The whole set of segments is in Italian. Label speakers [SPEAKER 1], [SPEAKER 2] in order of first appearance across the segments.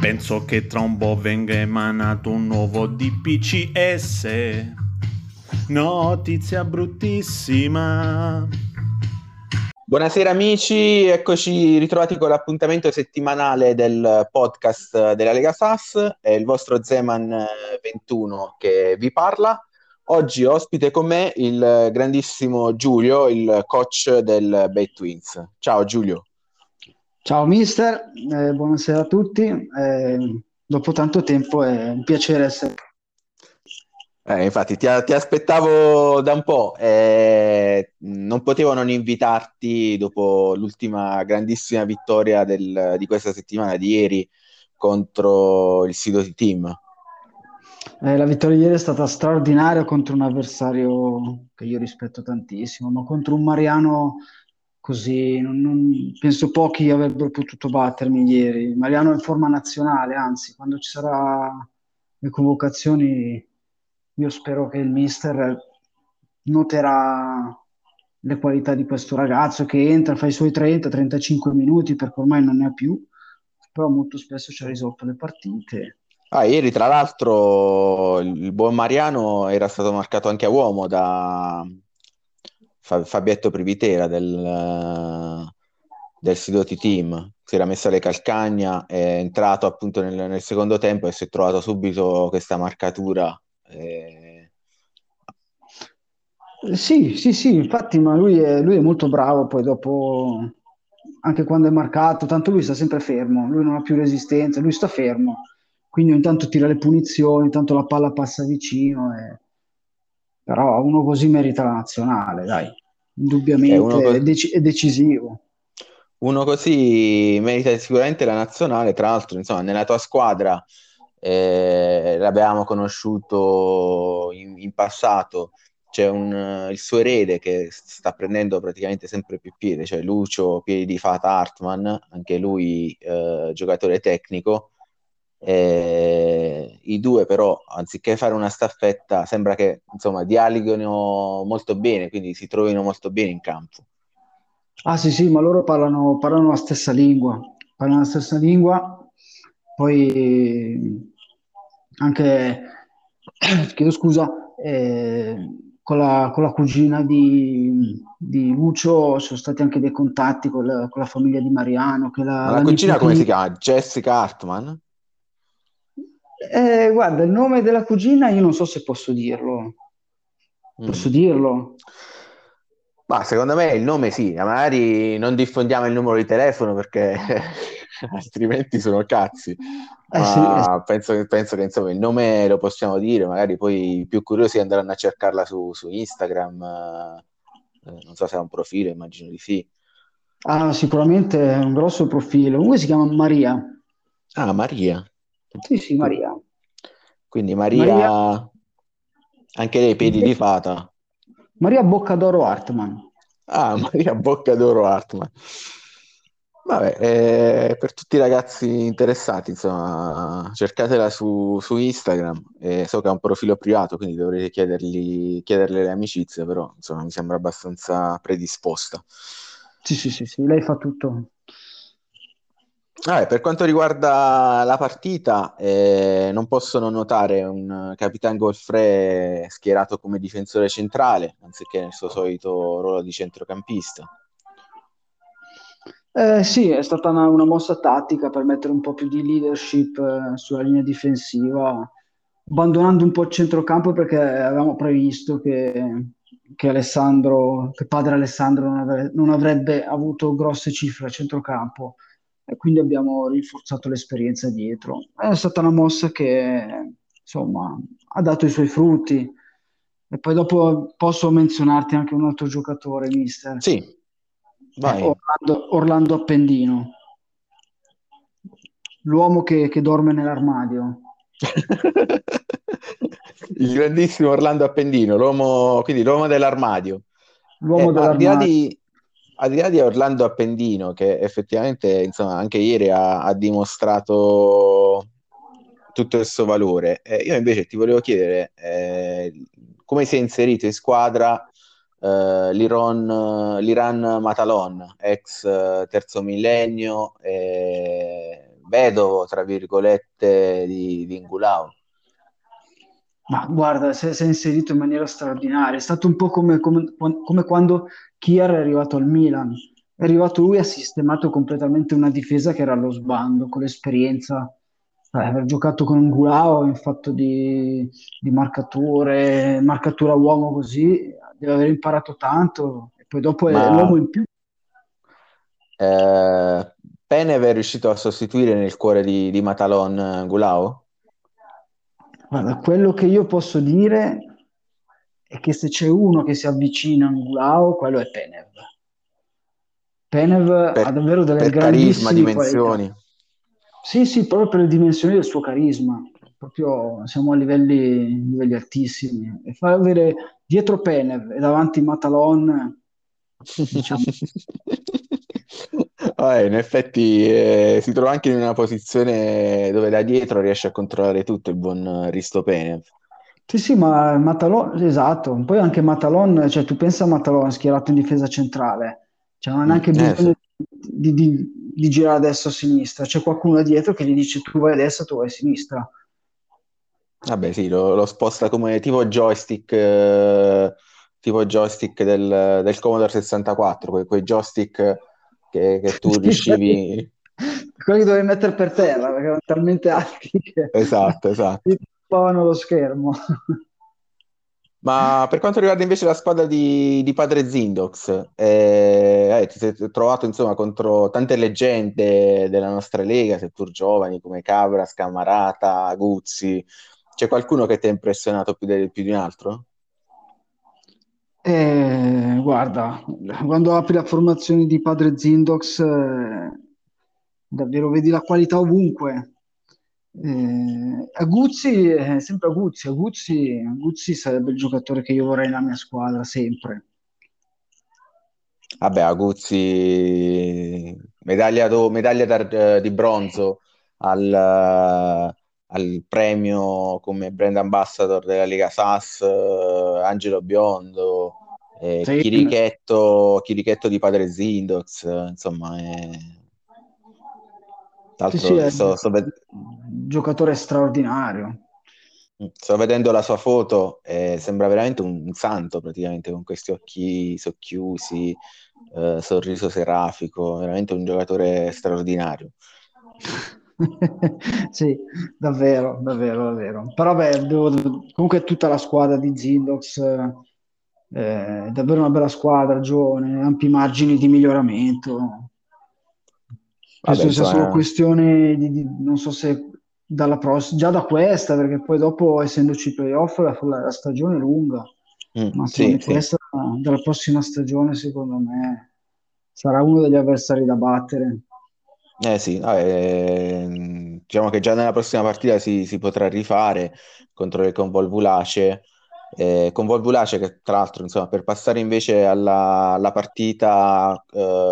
[SPEAKER 1] Penso che tra un po' venga emanato un nuovo DPCS. Notizia bruttissima.
[SPEAKER 2] Buonasera amici, eccoci ritrovati con l'appuntamento settimanale del podcast della Lega SAS, è il vostro Zeman 21 che vi parla. Oggi ospite con me il grandissimo Giulio, il coach del Bay Twins. Ciao Giulio.
[SPEAKER 3] Ciao mister, buonasera a tutti. Dopo tanto tempo è un piacere essere.
[SPEAKER 2] Infatti ti aspettavo da un po', non potevo non invitarti dopo l'ultima grandissima vittoria di questa settimana di ieri contro il Sidoti Team.
[SPEAKER 3] La vittoria di ieri è stata straordinaria contro un avversario che io rispetto tantissimo, ma contro un Mariano così penso pochi avrebbero potuto battermi ieri. Mariano è in forma nazionale, anzi, quando ci saranno le convocazioni, io spero che il mister noterà le qualità di questo ragazzo che entra, fa i suoi 30-35 minuti, perché ormai non ne ha più, però molto spesso ci ha risolto le partite.
[SPEAKER 2] Ieri tra l'altro il buon Mariano era stato marcato anche a uomo da Fabietto Privitera del Sidoti Team. Si era messo alle calcagna, è entrato appunto nel secondo tempo e si è trovato subito questa marcatura.
[SPEAKER 3] Sì, infatti, ma lui è molto bravo, poi dopo, anche quando è marcato, tanto lui sta sempre fermo, lui non ha più resistenza, lui sta fermo, quindi ogni tanto tira le punizioni, tanto la palla passa vicino, però uno così merita la nazionale, dai,
[SPEAKER 2] Uno,
[SPEAKER 3] indubbiamente
[SPEAKER 2] co-
[SPEAKER 3] è decisivo.
[SPEAKER 2] uno così merita sicuramente la nazionale. Tra l'altro, insomma, nella tua squadra l'abbiamo conosciuto in passato. C'è il suo erede che sta prendendo praticamente sempre più piede, cioè Lucio Piedi di Fata Hartman, anche lui giocatore tecnico. I due però, anziché fare una staffetta, sembra che insomma dialoghino molto bene, quindi si trovino molto bene in campo.
[SPEAKER 3] Ah sì, ma loro parlano la stessa lingua, poi anche, chiedo scusa, con la cugina di Lucio sono stati anche dei contatti con la famiglia di Mariano, che
[SPEAKER 2] Ma la
[SPEAKER 3] la
[SPEAKER 2] cugina come si
[SPEAKER 3] nipotina.
[SPEAKER 2] chiama? Jessica Hartman?
[SPEAKER 3] Guarda, il nome della cugina io non so se posso dirlo.
[SPEAKER 2] Mm.
[SPEAKER 3] Posso dirlo?
[SPEAKER 2] Ma secondo me il nome sì, magari non diffondiamo il numero di telefono perché altrimenti sono cazzi.
[SPEAKER 3] Sì.
[SPEAKER 2] Ma penso che insomma il nome lo possiamo dire, magari poi i più curiosi andranno a cercarla su Instagram. Non so se ha un profilo, immagino di sì.
[SPEAKER 3] Ah, sicuramente è un grosso profilo. Comunque si chiama Maria.
[SPEAKER 2] Ah, Maria.
[SPEAKER 3] Sì, sì,
[SPEAKER 2] Qui-
[SPEAKER 3] Maria.
[SPEAKER 2] Quindi
[SPEAKER 3] Maria,
[SPEAKER 2] Maria, anche lei piedi di fata.
[SPEAKER 3] Maria Boccadoro Hartman.
[SPEAKER 2] Ah, Maria Boccadoro Hartman. Vabbè, per tutti i ragazzi interessati, insomma, cercatela su Instagram. So che ha un profilo privato, quindi dovrete chiederle le amicizie, però insomma mi sembra abbastanza predisposta.
[SPEAKER 3] Sì, lei fa tutto.
[SPEAKER 2] Per quanto riguarda la partita, non posso non notare un Capitan Golfre schierato come difensore centrale, anziché nel suo solito ruolo di centrocampista.
[SPEAKER 3] Sì, è stata una mossa tattica per mettere un po' più di leadership sulla linea difensiva, abbandonando un po' il centrocampo perché avevamo previsto che padre Alessandro non avrebbe avuto grosse cifre a centrocampo e quindi abbiamo rinforzato l'esperienza dietro. È stata una mossa che, insomma, ha dato i suoi frutti. E poi dopo posso menzionarti anche un altro giocatore, mister.
[SPEAKER 2] Sì, vai.
[SPEAKER 3] Orlando Appendino, l'uomo che dorme nell'armadio.
[SPEAKER 2] Il grandissimo Orlando Appendino, quindi l'uomo dell'armadio.
[SPEAKER 3] L'uomo
[SPEAKER 2] Ma
[SPEAKER 3] dell'armadio.
[SPEAKER 2] al di là di Orlando Appendino, che effettivamente insomma, anche ieri ha dimostrato tutto il suo valore, io invece ti volevo chiedere come si è inserito in squadra l'Iran Matalon, ex terzo millennio, vedovo, tra virgolette, di Ngulao.
[SPEAKER 3] Ma guarda, si è inserito in maniera straordinaria. È stato un po' come quando Kier è arrivato al Milan. È arrivato lui e ha sistemato completamente una difesa che era allo sbando, con l'esperienza, aver giocato con Ngulao in fatto di marcatura uomo così, deve aver imparato tanto. E poi dopo è
[SPEAKER 2] Ma
[SPEAKER 3] l'uomo in più.
[SPEAKER 2] eh, Penev è riuscito a sostituire nel cuore di Matalon Ngulao?
[SPEAKER 3] Guarda, quello che io posso dire è che se c'è uno che si avvicina a Ngulao, quello è Penev. Penev
[SPEAKER 2] Per,
[SPEAKER 3] ha davvero delle
[SPEAKER 2] per carisma,
[SPEAKER 3] grandissime qualità.
[SPEAKER 2] dimensioni.
[SPEAKER 3] Sì, sì, proprio per le dimensioni del suo carisma. Proprio siamo a livelli altissimi. E far avere dietro Penev e davanti Matalon, diciamo,
[SPEAKER 2] In effetti si trova anche in una posizione dove da dietro riesce a controllare tutto il buon Risto Penev.
[SPEAKER 3] sì, sì, ma Matalon, esatto. Poi anche Matalon, cioè tu pensa a Matalon schierato in difesa centrale, cioè non ha neanche
[SPEAKER 2] Sì.
[SPEAKER 3] bisogno di girare a destra o a sinistra, c'è qualcuno dietro che gli dice tu vai a destra, tu vai a sinistra.
[SPEAKER 2] Vabbè, sì, lo sposta come tipo joystick del Commodore 64, quei joystick che tu
[SPEAKER 3] Sì,
[SPEAKER 2] riuscivi.
[SPEAKER 3] quelli che dovevi mettere per terra perché erano talmente alti che
[SPEAKER 2] Esatto, esatto.
[SPEAKER 3] ti occupavano lo schermo.
[SPEAKER 2] Ma per quanto riguarda invece la squadra di Padre Zindox, ti sei trovato insomma contro tante leggende della nostra lega, seppur giovani, come Cabra, Scamarata, Guzzi. C'è qualcuno che ti ha impressionato più di un altro?
[SPEAKER 3] Guarda, quando apri la formazione di Padre Zindox, davvero vedi la qualità ovunque. Aguzzi, sempre Aguzzi sarebbe il giocatore che io vorrei nella mia squadra, sempre.
[SPEAKER 2] Vabbè, Aguzzi, di bronzo al premio come brand ambassador della Lega SAS, Angelo Biondo,
[SPEAKER 3] Sì,
[SPEAKER 2] Chirichetto di Padre Zindox, insomma, tra
[SPEAKER 3] sì, sì,
[SPEAKER 2] l'altro
[SPEAKER 3] è un giocatore straordinario.
[SPEAKER 2] sto vedendo la sua foto e sembra veramente un santo praticamente con questi occhi socchiusi, sorriso serafico, veramente un giocatore straordinario.
[SPEAKER 3] Sì, davvero, davvero, davvero. Però beh, comunque tutta la squadra di Zindox è davvero una bella squadra, giovane, ampi margini di miglioramento.
[SPEAKER 2] Vabbè,
[SPEAKER 3] Penso sia solo
[SPEAKER 2] insomma,
[SPEAKER 3] questione non so se dalla prossima, già da questa, perché poi dopo, essendoci i playoff, la stagione è lunga, ma insomma,
[SPEAKER 2] sì,
[SPEAKER 3] di
[SPEAKER 2] sì.
[SPEAKER 3] questa, dalla prossima stagione, secondo me, sarà uno degli avversari da battere.
[SPEAKER 2] Eh sì, vabbè, diciamo che già nella prossima partita si potrà rifare contro il Convolvulace, Convolvulace che tra l'altro, insomma, per passare invece alla partita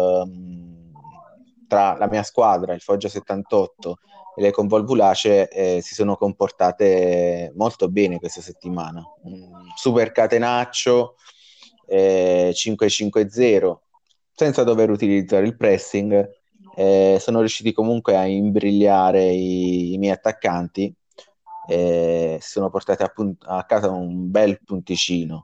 [SPEAKER 2] tra la mia squadra, il Foggia 78 e le Convolvulace, si sono comportate molto bene questa settimana. Un super catenaccio, 5-5-0, senza dover utilizzare il pressing, sono riusciti comunque a imbrigliare i miei attaccanti e si sono portati a casa un bel punticino.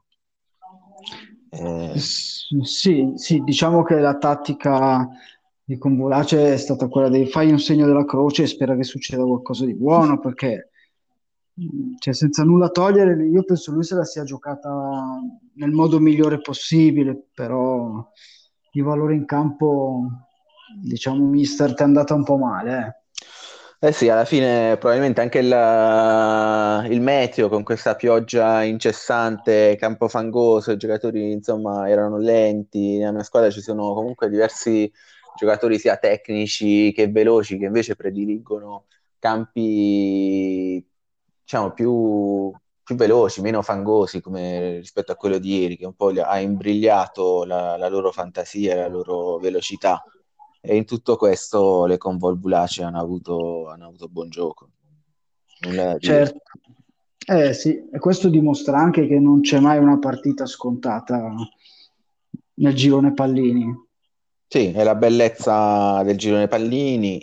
[SPEAKER 2] Eh,
[SPEAKER 3] Sì, sì, diciamo che la tattica di Convolace è stata quella di fai un segno della croce e spera che succeda qualcosa di buono, perché cioè, senza nulla togliere, io penso lui se la sia giocata nel modo migliore possibile, però di valore in campo, diciamo, mister, ti è andata un po' male, eh.
[SPEAKER 2] sì, alla fine probabilmente anche il meteo con questa pioggia incessante, campo fangoso, i giocatori insomma erano lenti. Nella mia squadra ci sono comunque diversi giocatori sia tecnici che veloci che invece prediligono campi diciamo più veloci, meno fangosi come rispetto a quello di ieri, che un po' ha imbrigliato la loro fantasia e la loro velocità. E in tutto questo le convolvulaci hanno avuto buon gioco, nulla da dire.
[SPEAKER 3] Certo, sì, e questo dimostra anche che non c'è mai una partita scontata nel girone pallini.
[SPEAKER 2] Sì, è la bellezza del girone pallini.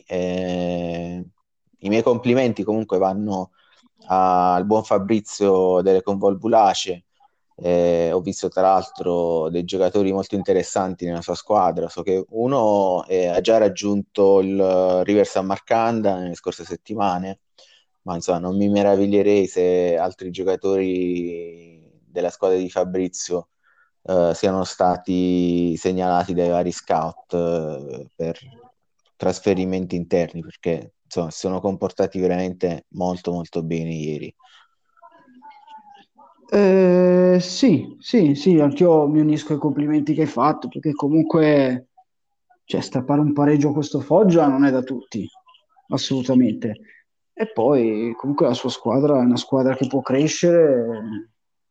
[SPEAKER 2] I miei complimenti comunque vanno al buon Fabrizio delle Convolbulace. Ho visto tra l'altro dei giocatori molto interessanti nella sua squadra. So che uno ha già raggiunto il River San Marcanda nelle scorse settimane, ma insomma non mi meraviglierei se altri giocatori della squadra di Fabrizio siano stati segnalati dai vari scout per trasferimenti interni, perché insomma si sono comportati veramente molto molto bene ieri.
[SPEAKER 3] Sì, sì, sì, anch'io mi unisco ai complimenti che hai fatto, perché comunque, cioè, strappare un pareggio a questo Foggia non è da tutti, assolutamente. E poi, comunque, la sua squadra è una squadra che può crescere,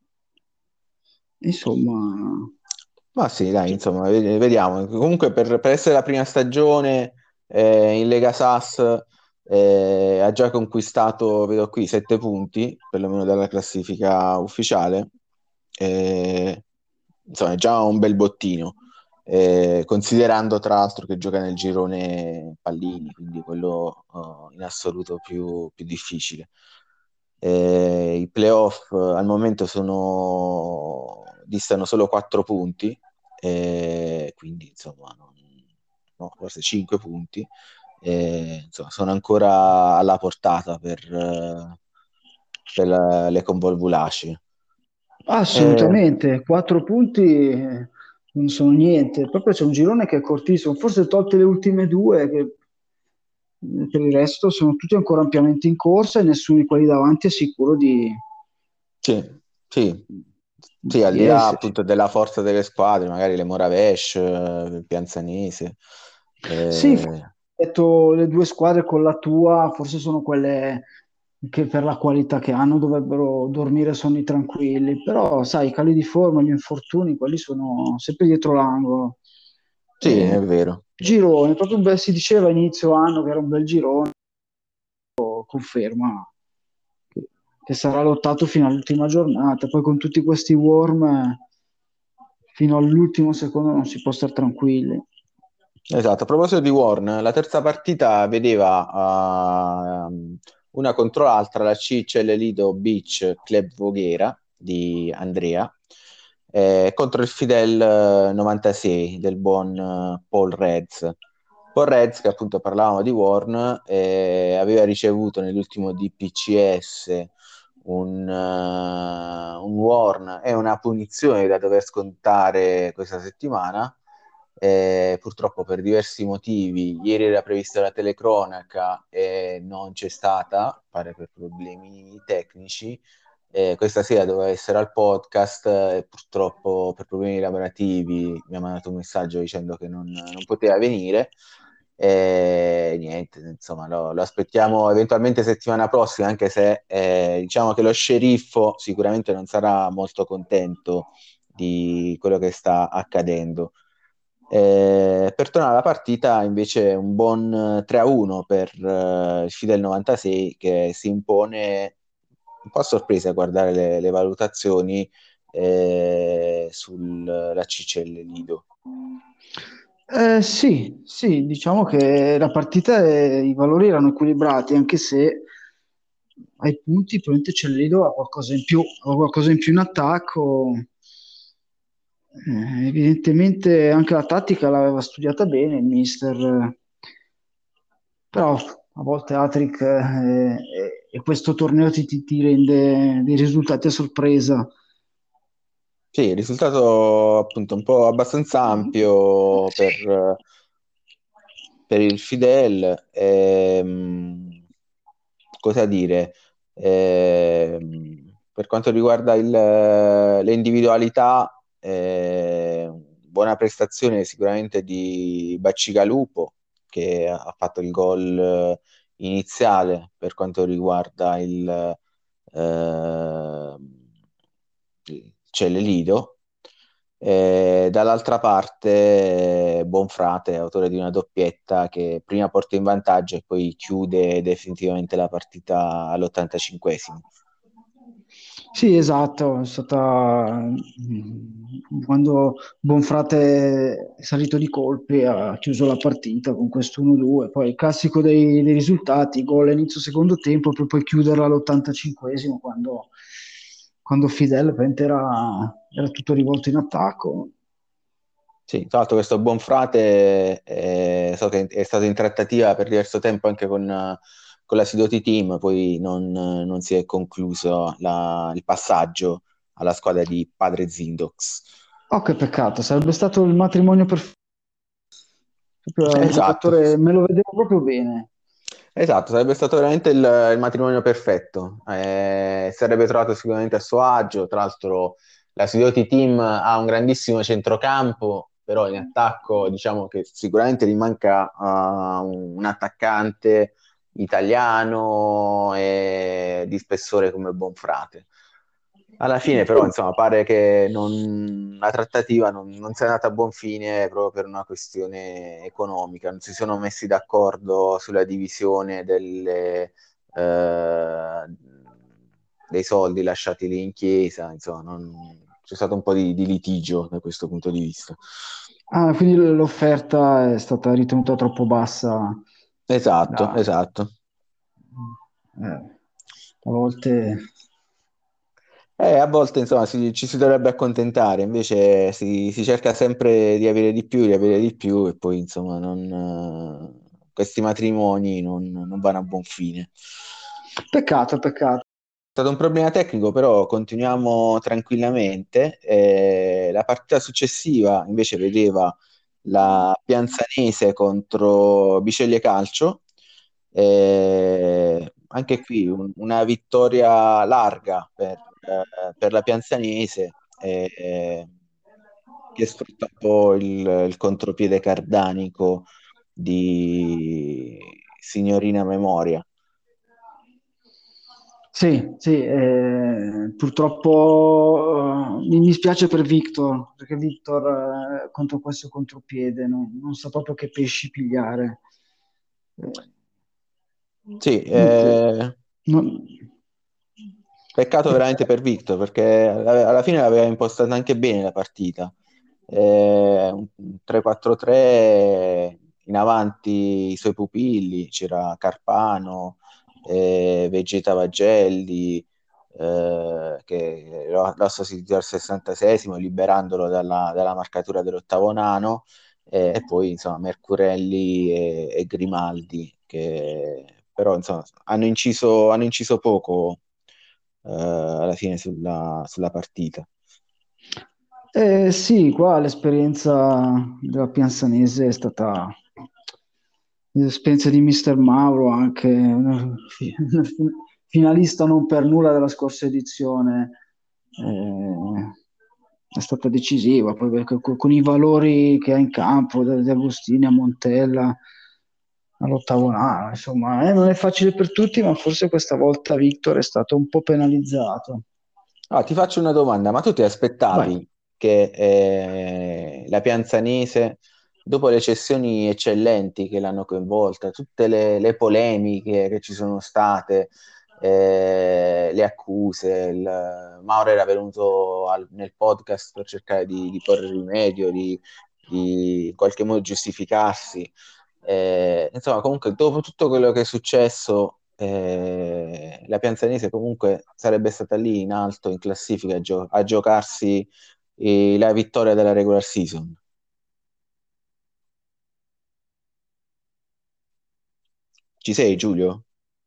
[SPEAKER 3] insomma,
[SPEAKER 2] Ma sì, dai,
[SPEAKER 3] cioè,
[SPEAKER 2] insomma, vediamo. Comunque per essere la prima stagione in Lega SAS ha già conquistato, vedo qui, 7 punti, perlomeno dalla classifica ufficiale. Eh, insomma, è già un bel bottino, considerando tra l'altro che gioca nel girone Pallini, quindi quello in assoluto più difficile. I playoff al momento distano solo 4 punti, quindi insomma, no, forse 5 punti, insomma, sono ancora alla portata per le convolvulaci. Eh,
[SPEAKER 3] assolutamente, 4 punti non sono niente. Proprio c'è un girone che è cortissimo, forse tolte le ultime due, che per il resto sono tutti ancora ampiamente in corsa e nessuno di quelli davanti è sicuro
[SPEAKER 2] sì, sì, sì, al
[SPEAKER 3] di
[SPEAKER 2] di là
[SPEAKER 3] esserci.
[SPEAKER 2] appunto della forza delle squadre, magari le Moravesh, il Pianzanese.
[SPEAKER 3] Sì,
[SPEAKER 2] eh,
[SPEAKER 3] detto le due squadre con la tua, forse sono quelle che per la qualità che hanno dovrebbero dormire sonni tranquilli, però sai, i cali di forma, gli infortuni, quelli sono sempre dietro l'angolo.
[SPEAKER 2] sì,
[SPEAKER 3] Eh,
[SPEAKER 2] è vero.
[SPEAKER 3] girone, proprio un bel, si diceva a inizio anno che era un bel girone, conferma che sarà lottato fino all'ultima giornata, poi con tutti questi worm fino all'ultimo secondo non si può stare tranquilli.
[SPEAKER 2] Esatto, a proposito di Warn, la terza partita vedeva una contro l'altra la CCL Lido Beach Club Voghera di Andrea contro il Fidel 96 del buon Paul Reds. Paul Reds, che appunto parlavamo di Warn, aveva ricevuto nell'ultimo DPCS un warn e una punizione da dover scontare questa settimana. Purtroppo per diversi motivi, ieri era prevista la telecronaca e non c'è stata, pare per problemi tecnici. Questa sera doveva essere al podcast e purtroppo per problemi lavorativi mi ha mandato un messaggio dicendo che non poteva venire. E niente, insomma, lo aspettiamo eventualmente settimana prossima, anche se diciamo che lo sceriffo sicuramente non sarà molto contento di quello che sta accadendo. Per tornare alla partita, invece, un buon 3-1 per il Fidel 96 che si impone un po' a sorpresa a guardare le valutazioni sulla CCL Lido.
[SPEAKER 3] Sì, sì, diciamo che la partita, i valori erano equilibrati, anche se ai punti probabilmente c'è il Lido ha qualcosa in più in attacco. Evidentemente anche la tattica l'aveva studiata bene il mister, però a volte Atric e questo torneo ti rende dei risultati a sorpresa.
[SPEAKER 2] Sì, il risultato appunto un po' abbastanza ampio per il Fidel. Cosa dire? Per quanto riguarda le individualità, buona prestazione sicuramente di Bacigalupo che ha fatto il gol iniziale per quanto riguarda eh, Cellelido. Dall'altra parte, Bonfrate, autore di una doppietta che prima porta in vantaggio e poi chiude definitivamente la partita all'85esimo.
[SPEAKER 3] Sì, esatto, è stata quando Bonfrate è salito di colpi, ha chiuso la partita con questo 1-2, poi il classico dei risultati, gol a inizio secondo tempo, per poi chiuderla all'85esimo quando Fidel praticamente era tutto rivolto in attacco.
[SPEAKER 2] Sì, tra l'altro questo Bonfrate so che è stato in trattativa per diverso tempo anche con la Sidoti Team, poi non si è concluso il passaggio alla squadra di Padre Zindox.
[SPEAKER 3] Oh, che peccato, sarebbe stato il matrimonio perfetto, proprio il
[SPEAKER 2] Esatto,
[SPEAKER 3] giocatore, me lo vedevo proprio bene.
[SPEAKER 2] esatto, sarebbe stato veramente il matrimonio perfetto. Sarebbe trovato sicuramente a suo agio. Tra l'altro, la Sidoti Team ha un grandissimo centrocampo, però in attacco diciamo che sicuramente gli manca un attaccante italiano e di spessore come Bonfrate. Alla fine, però, insomma, pare che la trattativa non sia andata a buon fine proprio per una questione economica. Non si sono messi d'accordo sulla divisione eh, dei soldi lasciati lì in chiesa. Insomma, c'è stato un po' di litigio da questo punto di vista.
[SPEAKER 3] Ah, quindi l'offerta è stata ritenuta troppo bassa
[SPEAKER 2] Esatto,
[SPEAKER 3] da...
[SPEAKER 2] esatto.
[SPEAKER 3] A volte...
[SPEAKER 2] A volte insomma ci si dovrebbe accontentare, invece si cerca sempre di avere di più e poi insomma questi matrimoni non vanno a buon fine.
[SPEAKER 3] Peccato, peccato.
[SPEAKER 2] È stato un problema tecnico, però continuiamo tranquillamente. La partita successiva invece vedeva la Pianzanese contro Biceglie Calcio. Anche qui una vittoria larga per la Pianzanese, che sfrutta un po' il contropiede cardanico di Signorina Memoria.
[SPEAKER 3] Sì, sì, purtroppo mi dispiace per Victor, perché Victor contro questo contropiede non sa proprio che pesci pigliare. Eh,
[SPEAKER 2] Sì,
[SPEAKER 3] niente, non-
[SPEAKER 2] peccato veramente per Victor perché alla fine l'aveva impostata anche bene la partita. Un 3-4-3 in avanti i suoi pupilli, c'era Carpano, Vegeta Vagelli, che l'ha sostituito al 66esimo liberandolo dalla marcatura dell'ottavo nano, e poi insomma Mercurelli e Grimaldi che però insomma hanno inciso poco alla fine sulla partita.
[SPEAKER 3] Sì, qua l'esperienza della Piansanese è stata l'esperienza di Mister Mauro, anche finalista non per nulla della scorsa edizione, è stata decisiva, poi perché con i valori che ha in campo, da Agostini a Montella all'ottavo anno, insomma, non è facile per tutti, ma forse questa volta Victor è stato un po' penalizzato.
[SPEAKER 2] Ah, ti faccio una domanda, ma tu ti
[SPEAKER 3] Vai.
[SPEAKER 2] aspettavi che la Pianzanese, dopo le cessioni eccellenti che l'hanno coinvolta, tutte le polemiche che ci sono state, le accuse, Mauro era venuto nel podcast per cercare di porre rimedio, di in qualche modo giustificarsi. Insomma, comunque, dopo tutto quello che è successo, la Pianzanese comunque sarebbe stata lì in alto in classifica a giocarsi la vittoria della regular season. Ci sei, Giulio?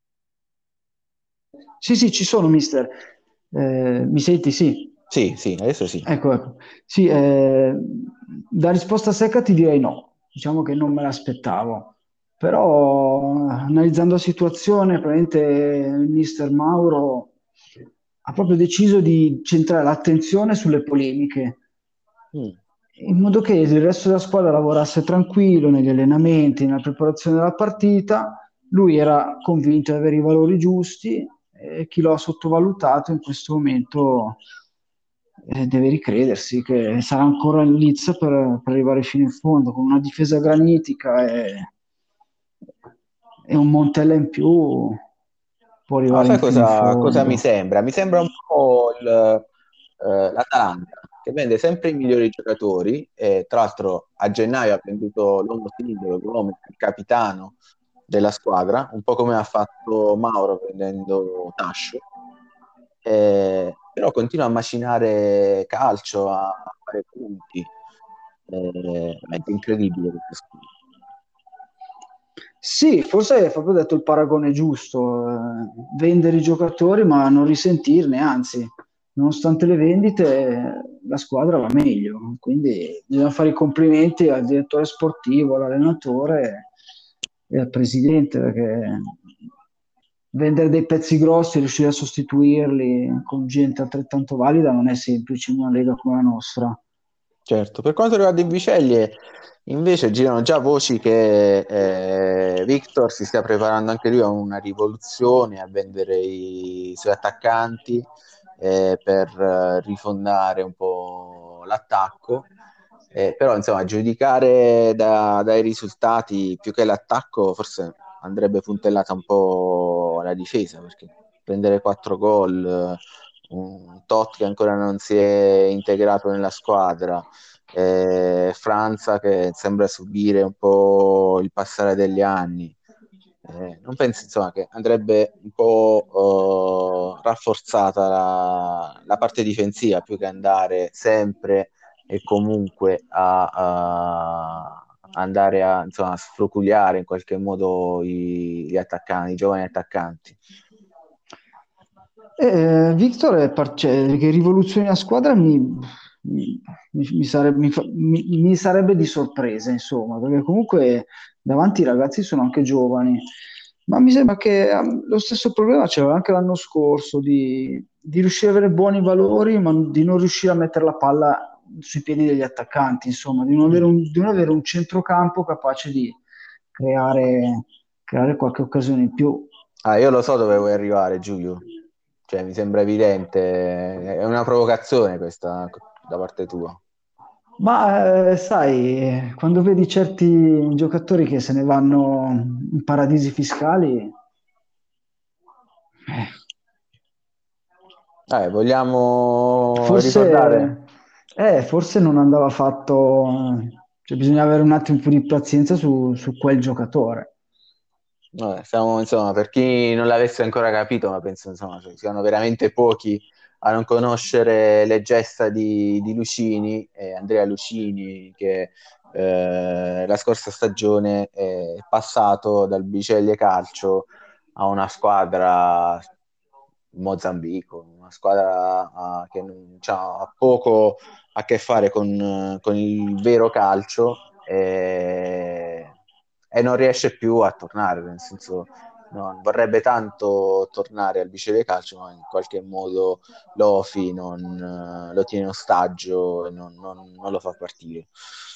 [SPEAKER 3] Sì, sì, ci sono, mister. Mi senti? Sì.
[SPEAKER 2] Sì, sì, adesso sì.
[SPEAKER 3] Ecco, ecco. Sì, da risposta secca ti direi no. Diciamo che non me l'aspettavo. Però, analizzando la situazione, probabilmente il mister Mauro ha proprio deciso di centrare l'attenzione sulle polemiche,
[SPEAKER 2] Mm.
[SPEAKER 3] in modo che il resto della squadra lavorasse tranquillo negli allenamenti, nella preparazione della partita. Lui era convinto di avere i valori giusti e chi lo ha sottovalutato in questo momento deve ricredersi che sarà ancora in lizza per arrivare fino in fondo con una difesa granitica e un Montella in più. può
[SPEAKER 2] No,
[SPEAKER 3] arrivare
[SPEAKER 2] sai
[SPEAKER 3] fino in
[SPEAKER 2] cosa mi
[SPEAKER 3] fondo.
[SPEAKER 2] sembra? Mi sembra un po' l'Atalanta, che vende sempre i migliori giocatori, e tra l'altro a gennaio ha venduto l'uomo singolo, l'uomo, il capitano della squadra, un po' come ha fatto Mauro vendendo Tascio, però continua a macinare calcio, a fare punti. Veramente incredibile questa squadra.
[SPEAKER 3] Sì, forse hai proprio detto il paragone giusto, vendere i giocatori ma non risentirne, anzi, nonostante le vendite, la squadra va meglio, quindi bisogna fare i complimenti al direttore sportivo, all'allenatore e al presidente, perché vendere dei pezzi grossi, riuscire a sostituirli con gente altrettanto valida non è semplice in una lega come la nostra.
[SPEAKER 2] Certo, per quanto riguarda i Biceglie, invece girano già voci che Victor si stia preparando anche lui a una rivoluzione, a vendere i suoi attaccanti per rifondare un po' l'attacco. Però insomma, a giudicare dai risultati, più che l'attacco, forse andrebbe puntellata un po' la difesa, perché prendere 4 gol, un Tot che ancora non si è integrato nella squadra, Franza che sembra subire un po' il passare degli anni. Non pensi insomma che andrebbe un po' rafforzata la parte difensiva più che andare sempre e comunque a andare a, insomma, a sfroculiare in qualche modo gli attaccanti, i giovani attaccanti.
[SPEAKER 3] Victor cioè, che rivoluzioni a squadra mi sarebbe di sorpresa, insomma, perché comunque davanti i ragazzi sono anche giovani, ma mi sembra che lo stesso problema c'era anche l'anno scorso di riuscire ad avere buoni valori, ma di non riuscire a mettere la palla sui piedi degli attaccanti, insomma, di non avere un centrocampo capace di creare qualche occasione in più.
[SPEAKER 2] Ah, io lo so dove vuoi arrivare, Giulio. Cioè, mi sembra evidente, è una provocazione questa da parte tua.
[SPEAKER 3] Ma sai, quando vedi certi giocatori che se ne vanno in paradisi fiscali, eh,
[SPEAKER 2] Vogliamo ricordare?
[SPEAKER 3] forse non andava fatto, cioè bisogna avere un attimo più di pazienza su quel giocatore.
[SPEAKER 2] Insomma, per chi non l'avesse ancora capito, ma penso insomma, siano veramente pochi a non conoscere le gesta di Lucini, Andrea Lucini, che la scorsa stagione è passato dal Biceglie Calcio a una squadra in Mozambico, una squadra che ha poco a che fare con il vero calcio e non riesce più a tornare, nel senso vorrebbe tanto tornare al Biceglie Calcio, ma in qualche modo Lofi lo tiene in ostaggio e non lo fa partire.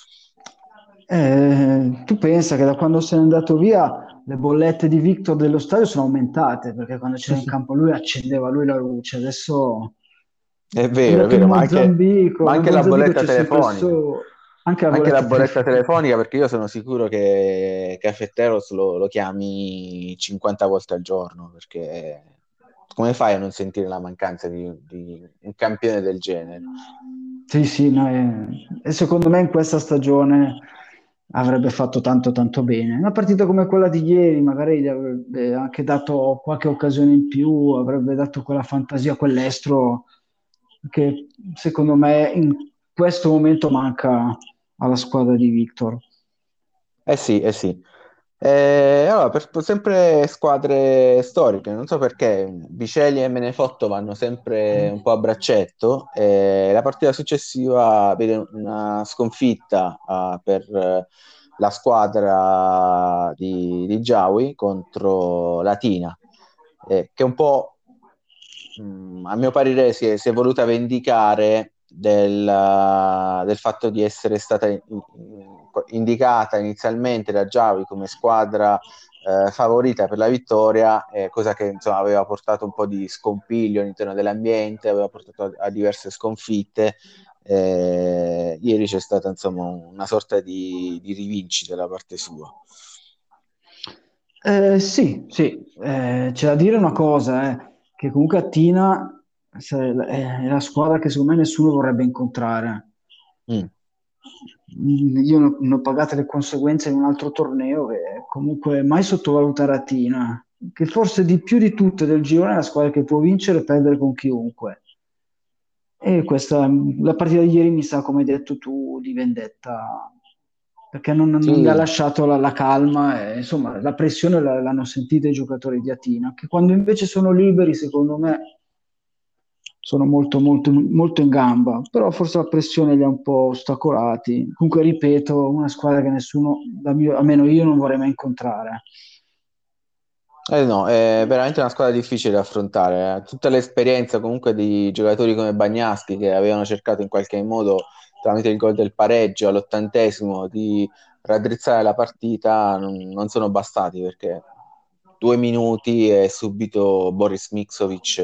[SPEAKER 3] Tu pensa che da quando se n'è andato via le bollette di Victor dello stadio sono aumentate, perché quando c'era in campo lui accendeva lui la luce, adesso vedo
[SPEAKER 2] È
[SPEAKER 3] che
[SPEAKER 2] vero, ma
[SPEAKER 3] in
[SPEAKER 2] anche la
[SPEAKER 3] Mozambico
[SPEAKER 2] bolletta
[SPEAKER 3] c'è sempre
[SPEAKER 2] telefonica.
[SPEAKER 3] anche la
[SPEAKER 2] Anche la
[SPEAKER 3] bolletta
[SPEAKER 2] bolletta
[SPEAKER 3] telefonica.
[SPEAKER 2] telefonica, perché io sono sicuro che Cafetteros lo chiami 50 volte al giorno, perché come fai a non sentire la mancanza di un campione del genere?
[SPEAKER 3] Sì, sì, no, e secondo me in questa stagione avrebbe fatto tanto tanto bene. Una partita come quella di ieri magari gli avrebbe anche dato qualche occasione in più, avrebbe dato quella fantasia, quell'estro che secondo me in questo momento manca alla squadra di Victor.
[SPEAKER 2] Eh sì, eh sì. Allora, per sempre squadre storiche, non so perché Biceglie e Menefotto vanno sempre un po' a braccetto. La partita successiva vede una sconfitta per la squadra di Giaui contro Latina, che un po', a mio parere, si è voluta vendicare del fatto di essere stata indicata inizialmente da Giavi come squadra favorita per la vittoria, cosa che insomma aveva portato un po' di scompiglio all'interno dell'ambiente, aveva portato a diverse sconfitte. Ieri c'è stata insomma una sorta di rivincita da parte sua.
[SPEAKER 3] Sì, sì, c'è da dire una cosa, che comunque Attina è la squadra che secondo me nessuno vorrebbe incontrare.
[SPEAKER 2] Mm.
[SPEAKER 3] Io ne ho pagate le conseguenze in un altro torneo e comunque mai sottovalutare Attina, che forse di più di tutte del girone è la squadra che può vincere e perdere con chiunque. E la partita di ieri mi sa, come hai detto tu, di vendetta, perché non le ha
[SPEAKER 2] Sì,
[SPEAKER 3] lasciato la calma, e, insomma, la pressione l'hanno sentita i giocatori di Atina, che quando invece sono liberi, secondo me, sono molto, molto, molto in gamba, però forse la pressione li ha un po' ostacolati. Comunque, ripeto, una squadra che nessuno, almeno io, non vorrei mai incontrare.
[SPEAKER 2] no, è veramente una squadra difficile da affrontare. Tutta l'esperienza comunque di giocatori come Bagnaschi che avevano cercato in qualche modo tramite il gol del pareggio all'80° di raddrizzare la partita non sono bastati perché 2 minuti e subito Boris Miksovic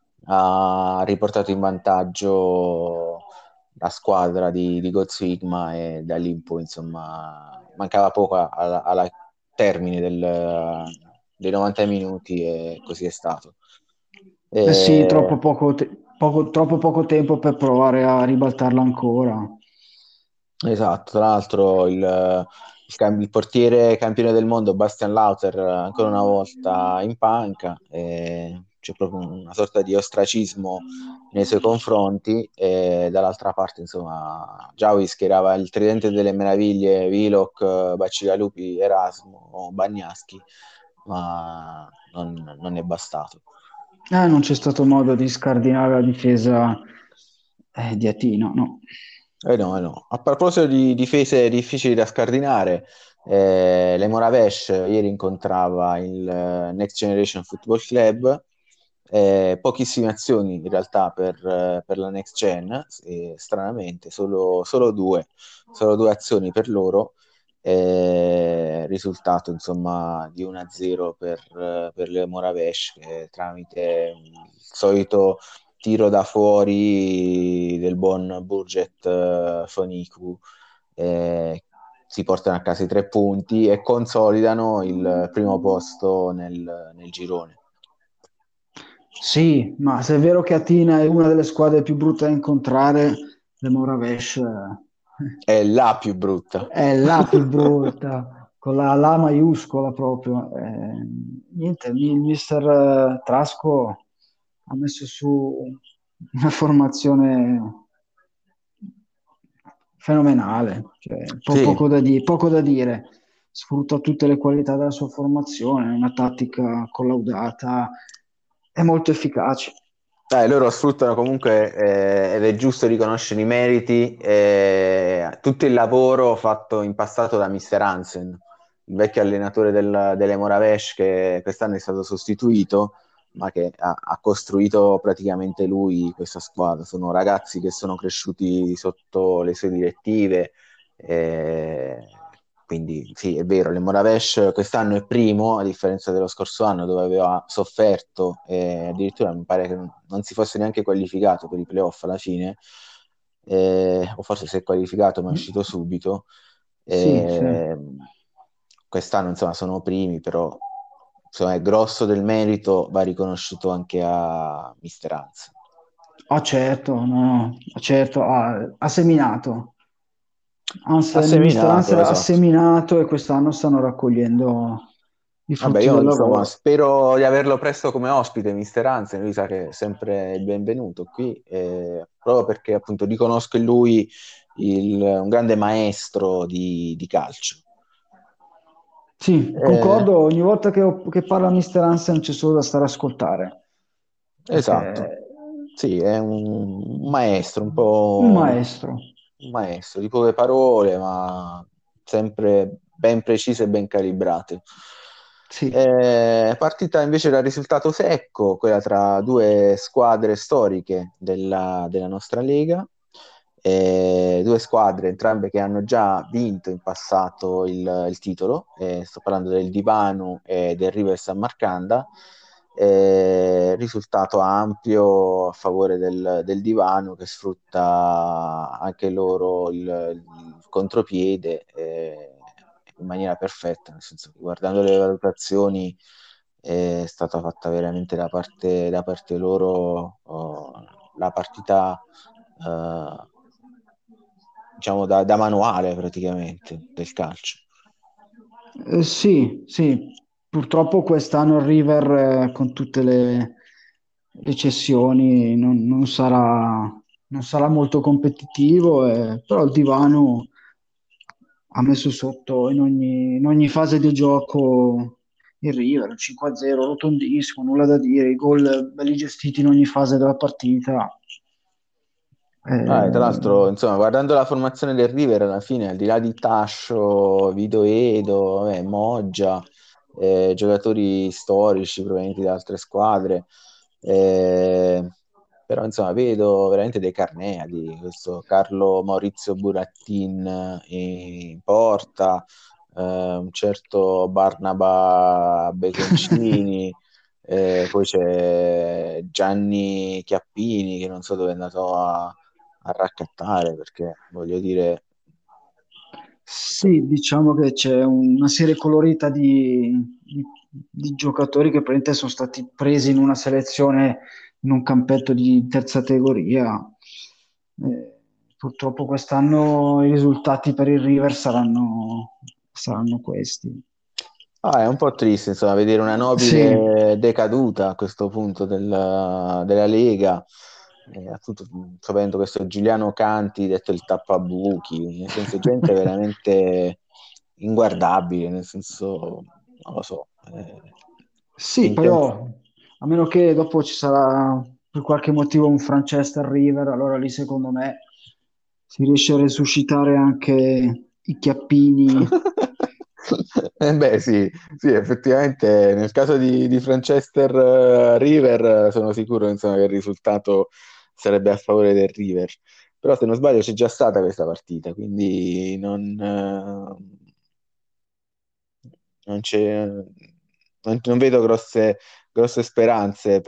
[SPEAKER 2] ha riportato in vantaggio la squadra di Gozigma e da lì in poi insomma mancava poco alla termine dei 90 minuti e così è stato.
[SPEAKER 3] Eh sì,
[SPEAKER 2] E-
[SPEAKER 3] troppo poco tempo per provare a ribaltarla ancora.
[SPEAKER 2] esatto, tra l'altro il portiere campione del mondo Bastian Lauter ancora una volta in panca, c'è proprio una sorta di ostracismo nei suoi confronti e dall'altra parte insomma Giavi schierava il tridente delle meraviglie Willock, Bacigalupi, Erasmo, Bagnaschi, ma non è bastato.
[SPEAKER 3] Non c'è stato modo di scardinare la difesa di Atino, no.
[SPEAKER 2] Eh no. A proposito di difese difficili da scardinare, le Moravesh ieri incontrava il Next Generation Football Club, pochissime azioni in realtà per la Next Gen, stranamente, solo due azioni per loro, risultato insomma di 1-0 per le Moravesh che tramite il solito tiro da fuori del buon Burget Fonicu, eh, si portano a casa i 3 punti e consolidano il primo posto nel girone.
[SPEAKER 3] Sì, ma se è vero che Atina è una delle squadre più brutte da incontrare, le Moravesh
[SPEAKER 2] È la più brutta.
[SPEAKER 3] è la più brutta, con la maiuscola proprio. Niente, il mister Trasco ha messo su una formazione fenomenale, cioè,
[SPEAKER 2] Sì.
[SPEAKER 3] poco da dire. Sfrutta tutte le qualità della sua formazione, è una tattica collaudata, è molto efficace.
[SPEAKER 2] Loro sfruttano comunque, ed è giusto riconoscere i meriti, tutto il lavoro fatto in passato da Mister Hansen, il vecchio allenatore delle Moravesh che quest'anno è stato sostituito, ma che ha costruito praticamente lui questa squadra. Sono ragazzi che sono cresciuti sotto le sue direttive, eh, quindi sì, è vero, le Moravesh quest'anno è primo, a differenza dello scorso anno dove aveva sofferto e addirittura mi pare che non si fosse neanche qualificato per i playoff alla fine, o forse si è qualificato ma è uscito subito.
[SPEAKER 3] Sì, sì.
[SPEAKER 2] Eh, quest'anno insomma sono primi, però insomma, il grosso del merito va riconosciuto anche a Mister Hans.
[SPEAKER 3] Ah, certo, no, no, certo, ha seminato.
[SPEAKER 2] Ha
[SPEAKER 3] Il mister
[SPEAKER 2] seminato,
[SPEAKER 3] Hansen ha
[SPEAKER 2] esatto.
[SPEAKER 3] seminato e quest'anno stanno raccogliendo i
[SPEAKER 2] Vabbè,
[SPEAKER 3] frutti
[SPEAKER 2] io
[SPEAKER 3] del
[SPEAKER 2] insomma
[SPEAKER 3] lavoro.
[SPEAKER 2] spero di averlo presto come ospite, Mister Hansen, lui sa che è sempre il benvenuto qui, proprio perché appunto riconosco in lui un grande maestro di calcio.
[SPEAKER 3] Sì,
[SPEAKER 2] Eh,
[SPEAKER 3] concordo, ogni volta che parla mister Hansen c'è solo da stare a ascoltare,
[SPEAKER 2] esatto,
[SPEAKER 3] perché
[SPEAKER 2] sì, è un maestro,
[SPEAKER 3] un maestro.
[SPEAKER 2] un maestro di poche parole, ma sempre ben precise e ben calibrate.
[SPEAKER 3] Sì,
[SPEAKER 2] Partita invece dal risultato secco, quella tra due squadre storiche della nostra Lega, due squadre entrambe che hanno già vinto in passato il titolo, sto parlando del Divano e del River San Marcanda, risultato ampio a favore del Divano che sfrutta anche loro il contropiede, in maniera perfetta, nel senso che guardando le valutazioni è stata fatta veramente da parte loro la partita, eh, diciamo, da manuale praticamente del calcio.
[SPEAKER 3] Sì, sì, purtroppo quest'anno il River, con tutte le cessioni, non sarà molto competitivo, però il divano ha messo sotto in ogni fase di gioco il River, 5-0, rotondissimo, nulla da dire, i gol belli gestiti in ogni fase della partita.
[SPEAKER 2] Tra
[SPEAKER 3] Eh,
[SPEAKER 2] l'altro, insomma, guardando la formazione del River, alla fine, al di là di Tascio, Vito Edo, Moggia, giocatori storici provenienti da altre squadre, eh, però insomma vedo veramente dei carneadi, questo Carlo Maurizio Burattin in porta, un certo Barnaba Beconcini, poi c'è Gianni Chiappini che non so dove è andato a raccattare, perché voglio dire,
[SPEAKER 3] Sì, diciamo che c'è una serie colorita di giocatori che praticamente sono stati presi in una selezione in un campetto di terza categoria. Purtroppo quest'anno i risultati per il River saranno questi.
[SPEAKER 2] è un po' triste, insomma, vedere una
[SPEAKER 3] Sì,
[SPEAKER 2] nobile decaduta a questo punto della Lega. Appunto, sapendo questo Giuliano Canti, detto il tappabuchi, nel senso, gente veramente inguardabile, nel senso, non lo so.
[SPEAKER 3] sì,
[SPEAKER 2] in tem-
[SPEAKER 3] però a meno che dopo ci sarà per qualche motivo un Manchester River, allora lì secondo me si riesce a resuscitare anche i chiappini.
[SPEAKER 2] Beh, sì, sì, effettivamente nel caso di Franchester River sono sicuro insomma, che il risultato sarebbe a favore del River. Però se non sbaglio c'è già stata questa partita, quindi non c'è, non vedo grosse speranze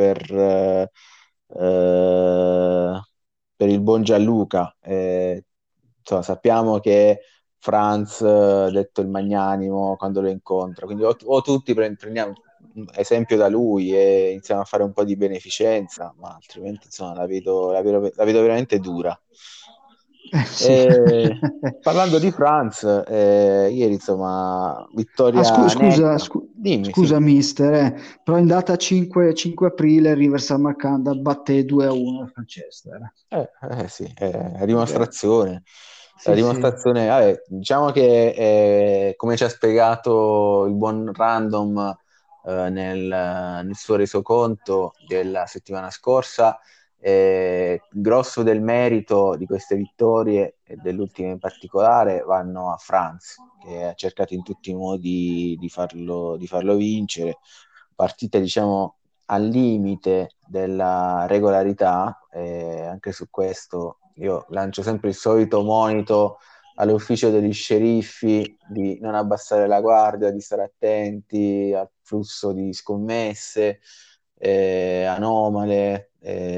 [SPEAKER 2] per il buon Gianluca. Insomma, sappiamo che Franz, detto il magnanimo, quando lo incontra, quindi o tutti prendiamo un esempio da lui e iniziamo a fare un po' di beneficenza, ma altrimenti insomma, la vedo veramente dura.
[SPEAKER 3] Sì.
[SPEAKER 2] E parlando di Franz, ieri insomma,
[SPEAKER 3] Ah,
[SPEAKER 2] vittoria
[SPEAKER 3] scusa,
[SPEAKER 2] netta. Dimmi, sì.
[SPEAKER 3] scusa, mister, però in data 5 aprile River Samarcanda batte 2-1 il Manchester.
[SPEAKER 2] Sì, è dimostrazione. La
[SPEAKER 3] Sì, sì.
[SPEAKER 2] dimostrazione, vabbè, diciamo che come ci ha spiegato il buon Random nel suo resoconto della settimana scorsa, il grosso del merito di queste vittorie e dell'ultima in particolare vanno a Franz, che ha cercato in tutti i modi di farlo vincere. Partite, diciamo, al limite della regolarità, anche su questo io lancio sempre il solito monito all'ufficio degli sceriffi di non abbassare la guardia, di stare attenti al flusso di scommesse anomale,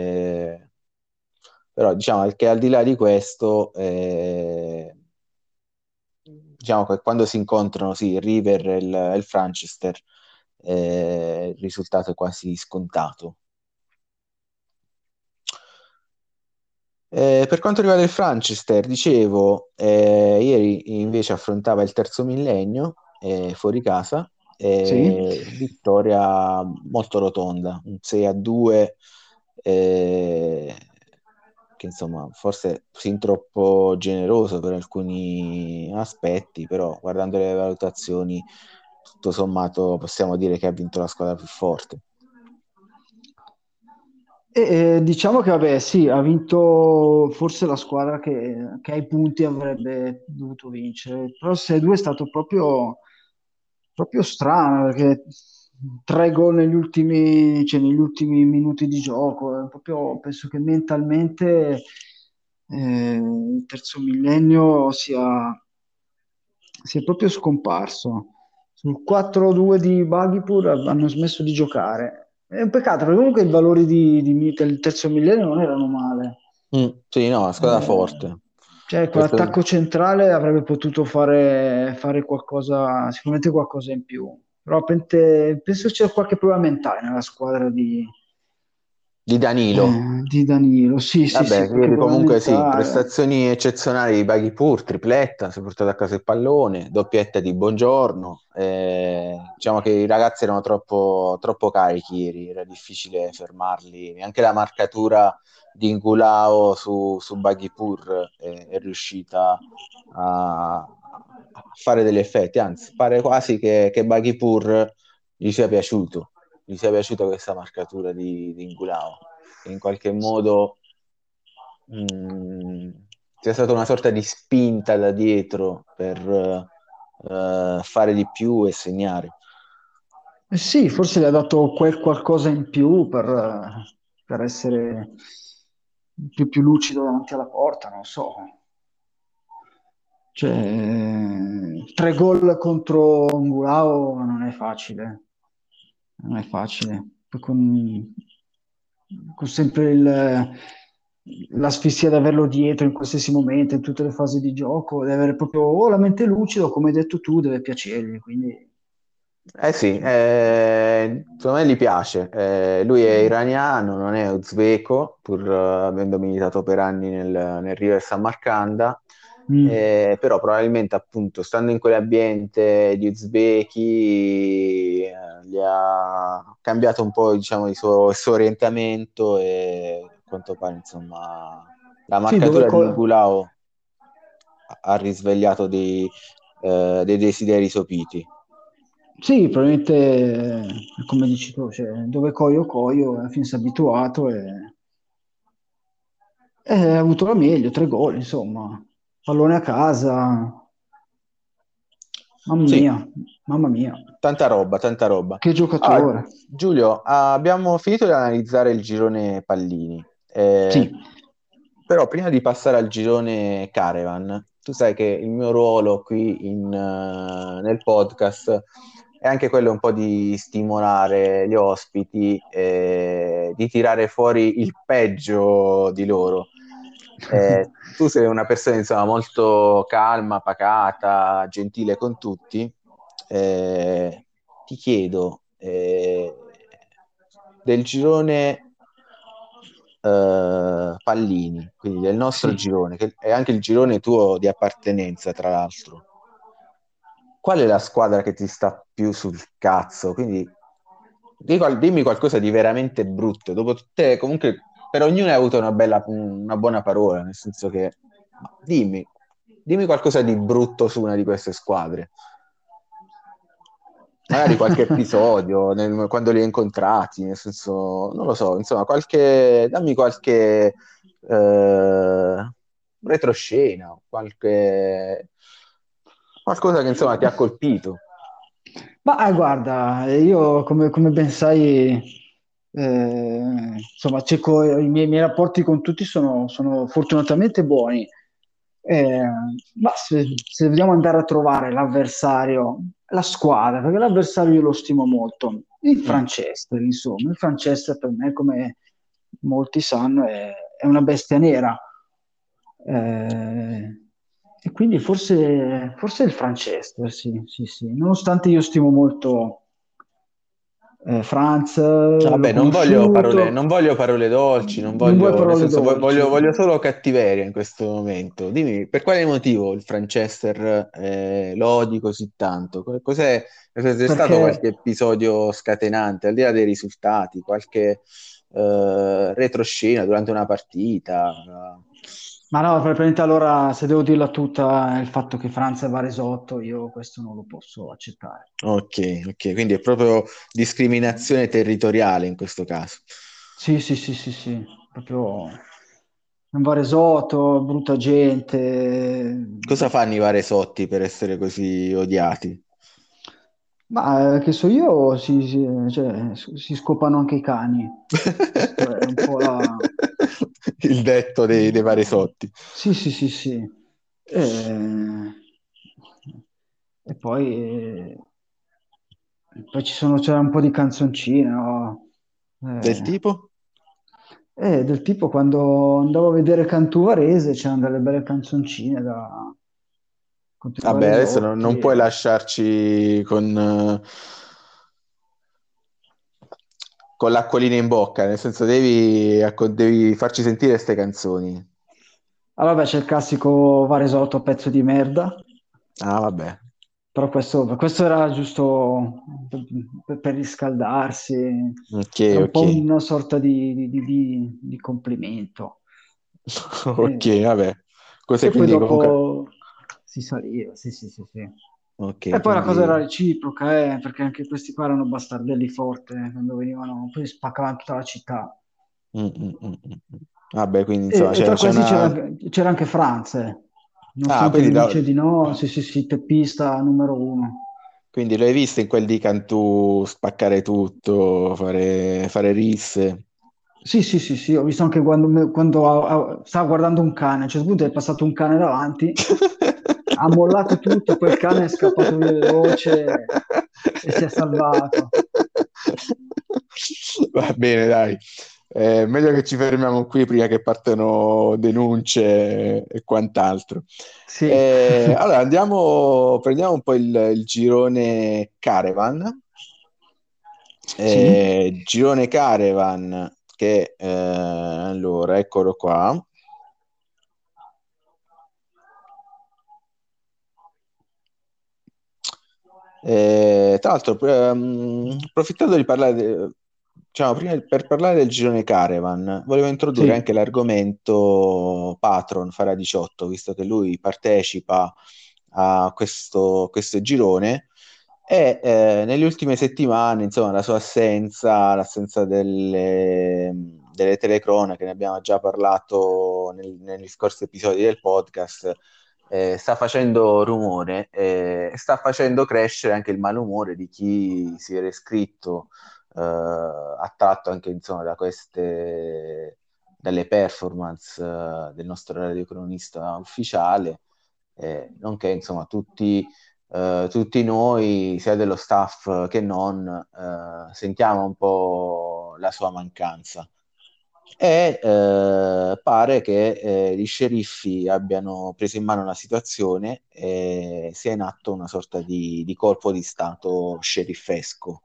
[SPEAKER 2] però diciamo che al di là di questo, diciamo che quando si incontrano sì, il River e il Franchester, il risultato è quasi scontato. Per quanto riguarda il Franchester, dicevo, ieri invece affrontava il terzo millennio fuori casa,
[SPEAKER 3] Sì?
[SPEAKER 2] vittoria molto rotonda, un 6-2, eh, che insomma forse sin troppo generoso per alcuni aspetti, però guardando le valutazioni, tutto sommato possiamo dire che ha vinto la squadra più forte.
[SPEAKER 3] Diciamo che vabbè, sì, ha vinto forse la squadra che ai punti avrebbe dovuto vincere, però 6-2 è stato proprio strano perché 3 gol negli ultimi minuti di gioco, proprio, penso che mentalmente il terzo millennio sia proprio scomparso. Sul 4-2 di Baghipur hanno smesso di giocare. È un peccato, perché comunque i valori del terzo millennio non erano male.
[SPEAKER 2] Sì, no, una squadra
[SPEAKER 3] Eh,
[SPEAKER 2] forte.
[SPEAKER 3] Cioè, con
[SPEAKER 2] Questo-
[SPEAKER 3] l'attacco centrale avrebbe potuto fare qualcosa, sicuramente qualcosa in più. Però penso c'è qualche problema mentale nella squadra
[SPEAKER 2] di Danilo.
[SPEAKER 3] di Danilo. Sì, sì, sì,
[SPEAKER 2] Vabbè,
[SPEAKER 3] qualche
[SPEAKER 2] ieri
[SPEAKER 3] problema
[SPEAKER 2] comunque sì,
[SPEAKER 3] mentale.
[SPEAKER 2] prestazioni eccezionali di Baghipur, tripletta, si è portato a casa il pallone, doppietta di Buongiorno. Diciamo che i ragazzi erano troppo carichi ieri, era difficile fermarli. Anche la marcatura di Ingulao su Baghipur è riuscita a fare degli effetti, anzi, pare quasi che Baghipur gli sia piaciuta questa marcatura di Ingulao, che in qualche modo mh, sia stata una sorta di spinta da dietro per fare di più e segnare.
[SPEAKER 3] Sì, forse le ha dato quel qualcosa in più per essere più lucido davanti alla porta, non so. Cioè, 3 gol contro Ngulao non è facile, non è facile. Poi con sempre l'asfissia di averlo dietro in qualsiasi momento, in tutte le fasi di gioco, deve avere proprio o la mente lucida, o come hai detto tu, deve piacergli. Quindi,
[SPEAKER 2] Eh sì, secondo me gli piace. Lui è iraniano, non è uzbeko, pur avendo militato per anni nel River Samarcanda.
[SPEAKER 3] mm.
[SPEAKER 2] Però probabilmente appunto stando in quell'ambiente di uzbeki gli ha cambiato un po' diciamo il suo orientamento e a quanto pare insomma la
[SPEAKER 3] Sì,
[SPEAKER 2] marcatura di Ingulao ha risvegliato dei desideri sopiti.
[SPEAKER 3] sì, probabilmente, come dici tu, cioè, dove coio, alla fine si è abituato e ha avuto la meglio, 3 gol, insomma. Pallone a casa, mamma
[SPEAKER 2] Sì,
[SPEAKER 3] mia, mamma mia,
[SPEAKER 2] tanta roba, tanta roba.
[SPEAKER 3] che
[SPEAKER 2] Ah,
[SPEAKER 3] giocatore.
[SPEAKER 2] Giulio, abbiamo finito di analizzare il girone pallini.
[SPEAKER 3] Sì,
[SPEAKER 2] Però prima di passare al girone Caravan, tu sai che il mio ruolo qui nel podcast è anche quello un po' di stimolare gli ospiti, di tirare fuori il peggio di loro. Tu sei una persona, insomma, molto calma, pacata, gentile con tutti. Ti chiedo, del girone pallini, quindi del nostro
[SPEAKER 3] sì.
[SPEAKER 2] girone, che è anche il girone tuo di appartenenza, tra l'altro. Qual è la squadra che ti sta più sul cazzo? Quindi dimmi qualcosa di veramente brutto. Dopo tutte, comunque, per ognuno hai avuto una buona parola, nel senso che, ma dimmi qualcosa di brutto su una di queste squadre. Magari qualche episodio quando li hai incontrati, nel senso, non lo so, insomma, dammi qualche retroscena, qualcosa che insomma ti ha colpito.
[SPEAKER 3] Ma guarda, io come ben sai, insomma, i miei rapporti con tutti sono fortunatamente buoni. Eh, ma se dobbiamo andare a trovare l'avversario, la squadra, perché l'avversario io lo stimo molto, il
[SPEAKER 2] Mm.
[SPEAKER 3] Franchester, insomma, il Franchester per me, come molti sanno, è una bestia nera. Eh, e quindi forse il Franchester, sì, sì, sì. Nonostante io stimo molto Franz, l'ho
[SPEAKER 2] Vabbè, non
[SPEAKER 3] conosciuto,
[SPEAKER 2] voglio parole dolci,
[SPEAKER 3] non vuoi
[SPEAKER 2] nel
[SPEAKER 3] parole
[SPEAKER 2] senso,
[SPEAKER 3] dolci.
[SPEAKER 2] voglio solo cattiveria in questo momento. Dimmi, per quale motivo il Franchester lo odi così tanto? C'è stato qualche
[SPEAKER 3] Perché
[SPEAKER 2] episodio scatenante, al di là dei risultati, qualche retroscena durante una partita?
[SPEAKER 3] Ma no, probabilmente allora, se devo dirla tutta, è il fatto che Franza va risotto, io questo non lo posso accettare.
[SPEAKER 2] Ok, ok, quindi è proprio discriminazione territoriale in questo caso.
[SPEAKER 3] Sì, sì, sì, sì, sì, proprio non va risotto, brutta gente.
[SPEAKER 2] Cosa fanno i Varesotti per essere così odiati?
[SPEAKER 3] Ma che so io, cioè, si scopano anche i cani. Questo è un po' la...
[SPEAKER 2] Il detto dei Varesotti.
[SPEAKER 3] Sì, sì, sì, sì. E poi c'è un po' di canzoncine, no?
[SPEAKER 2] Del tipo?
[SPEAKER 3] Del tipo quando andavo a vedere Cantù Varese c'erano delle belle canzoncine da Cantù
[SPEAKER 2] Vabbè, adesso non
[SPEAKER 3] Varesotti.
[SPEAKER 2] puoi lasciarci con l'acquolina in bocca, nel senso devi farci sentire queste canzoni.
[SPEAKER 3] Allora, vabbè, c'è il classico Varesotto pezzo di merda,
[SPEAKER 2] Ah, vabbè.
[SPEAKER 3] però questo era giusto per riscaldarsi,
[SPEAKER 2] Ok,
[SPEAKER 3] era un
[SPEAKER 2] ok.
[SPEAKER 3] po' una sorta di complimento.
[SPEAKER 2] Ok,
[SPEAKER 3] E,
[SPEAKER 2] vabbè. Cos'è
[SPEAKER 3] e poi
[SPEAKER 2] quindi comunque...
[SPEAKER 3] dopo si saliva, sì, sì, sì, sì.
[SPEAKER 2] Ok,
[SPEAKER 3] E poi la cosa era
[SPEAKER 2] quindi...
[SPEAKER 3] reciproca, perché anche questi qua erano bastardelli forti, quando venivano, poi spaccavano tutta la città.
[SPEAKER 2] Mm, mm, mm, mm, mm. Vabbè, quindi
[SPEAKER 3] E,
[SPEAKER 2] insomma
[SPEAKER 3] e tra
[SPEAKER 2] c'è
[SPEAKER 3] questi
[SPEAKER 2] una...
[SPEAKER 3] c'era anche Franz,
[SPEAKER 2] Ah,
[SPEAKER 3] nonostante lui dice di no, sì, sì, sì, teppista numero uno.
[SPEAKER 2] quindi lo hai visto in quel di Cantù spaccare tutto, fare risse.
[SPEAKER 3] Sì, sì, sì, sì, ho visto anche quando stava guardando un cane, a un certo punto è passato un cane davanti, ha mollato tutto, quel cane è scappato via veloce e si è salvato.
[SPEAKER 2] Va bene, dai. Meglio che ci fermiamo qui prima che partano denunce e quant'altro.
[SPEAKER 3] Sì,
[SPEAKER 2] Allora, prendiamo un po' il girone Caravan.
[SPEAKER 3] sì.
[SPEAKER 2] Girone Caravan che allora, eccolo qua. Tra l'altro, approfittando di parlare, diciamo, prima per parlare del girone Caravan, volevo introdurre
[SPEAKER 3] Sì.
[SPEAKER 2] anche l'argomento Patron Farà 18, visto che lui partecipa a questo girone e nelle ultime settimane, insomma, la sua assenza, l'assenza delle telecronache, ne abbiamo già parlato negli scorsi episodi del podcast, sta facendo rumore e sta facendo crescere anche il malumore di chi si era iscritto, attratto anche insomma dalle performance del nostro radiocronista ufficiale, nonché insomma tutti noi, sia dello staff che non, sentiamo un po' la sua mancanza. E pare che gli sceriffi abbiano preso in mano la situazione e sia in atto una sorta di colpo di stato sceriffesco.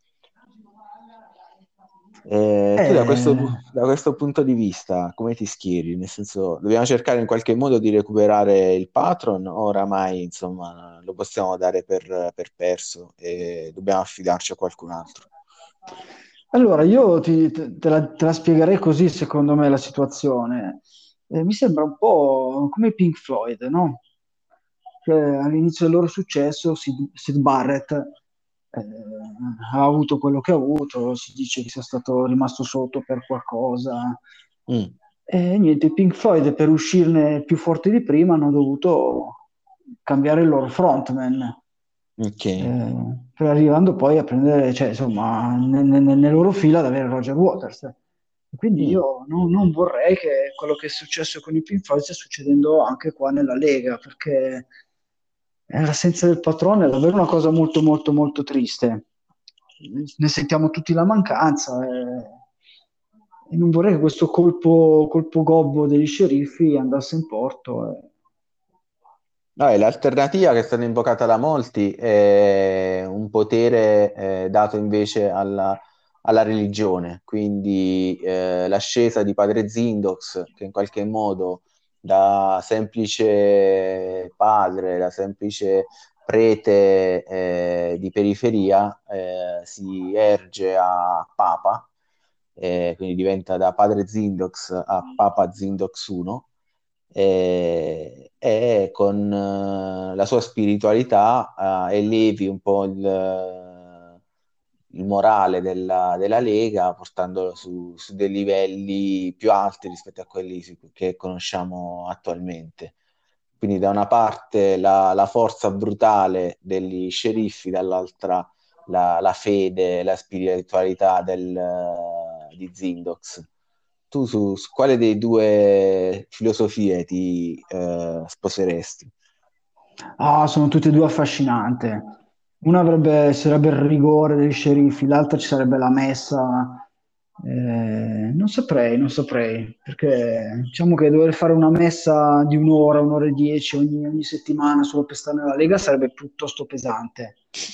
[SPEAKER 2] Tu
[SPEAKER 3] Eh,
[SPEAKER 2] da questo punto di vista come ti schieri? Nel senso, dobbiamo cercare in qualche modo di recuperare il patron o oramai insomma lo possiamo dare per perso e dobbiamo affidarci a qualcun altro?
[SPEAKER 3] allora, io te la spiegherei così, secondo me, la situazione. Mi sembra un po' come i Pink Floyd, no? Che all'inizio del loro successo, Sid Barrett ha avuto quello che ha avuto, si dice che sia stato rimasto sotto per qualcosa.
[SPEAKER 2] Mm,
[SPEAKER 3] E niente, i Pink Floyd per uscirne più forti di prima hanno dovuto cambiare il loro frontman,
[SPEAKER 2] ok.
[SPEAKER 3] per arrivando poi a prendere, cioè insomma, nelle loro fila ad avere Roger Waters. Quindi
[SPEAKER 2] Mm.
[SPEAKER 3] io non vorrei che quello che è successo con i Pink Floyd stia succedendo anche qua nella Lega, perché l'assenza del patrono è davvero una cosa molto, molto, molto triste. Ne sentiamo tutti la mancanza e non vorrei che questo colpo gobbo degli sceriffi andasse in porto.
[SPEAKER 2] L'alternativa che è stata invocata da molti è un potere dato invece alla religione, quindi l'ascesa di padre Zindox, che in qualche modo da semplice padre, da semplice prete di periferia, si erge a papa, quindi diventa da padre Zindox a papa Zindox I e con la sua spiritualità elevi un po' il morale della Lega, portandolo su dei livelli più alti rispetto a quelli che conosciamo attualmente. Quindi da una parte la forza brutale degli sceriffi, dall'altra la fede, la spiritualità di Zindox. Tu su quale dei due filosofie ti sposeresti?
[SPEAKER 3] Ah, sono tutte e due affascinanti. Una sarebbe il rigore degli sceriffi, l'altra ci sarebbe la messa, Non saprei, perché diciamo che dover fare una messa di un'ora e 10 ogni settimana solo per stare nella Lega sarebbe piuttosto pesante.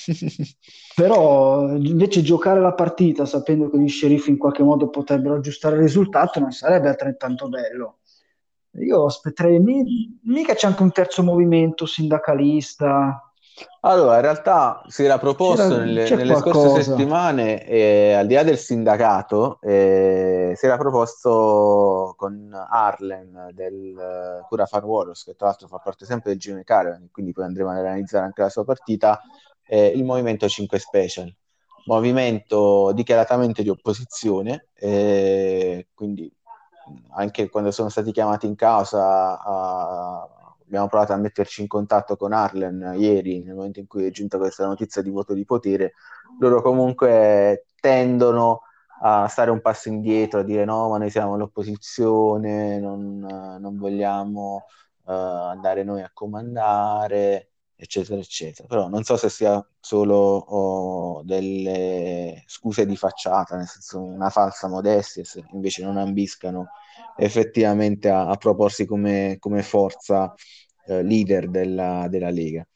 [SPEAKER 3] Però invece giocare la partita sapendo che gli sceriffi in qualche modo potrebbero aggiustare il risultato non sarebbe altrettanto bello. Io aspetterei, mica c'è anche un terzo movimento sindacalista,
[SPEAKER 2] Allora, in realtà si era proposto
[SPEAKER 3] c'è
[SPEAKER 2] nelle scorse
[SPEAKER 3] qualcosa.
[SPEAKER 2] settimane, al di là del sindacato, si era proposto con Harlem del Cura Fan Warriors, che tra l'altro fa parte sempre del girone Caravan, quindi poi andremo ad analizzare anche la sua partita, il Movimento 5 Special, movimento dichiaratamente di opposizione, quindi anche quando sono stati chiamati in causa, abbiamo provato a metterci in contatto con Arlen ieri, nel momento in cui è giunta questa notizia di voto di potere. Loro comunque tendono a stare un passo indietro, a dire no, ma noi siamo l'opposizione, non vogliamo andare noi a comandare, eccetera, eccetera. Però non so se sia solo delle scuse di facciata, nel senso una falsa modestia, se invece non ambiscano effettivamente a proporsi come forza leader della Lega.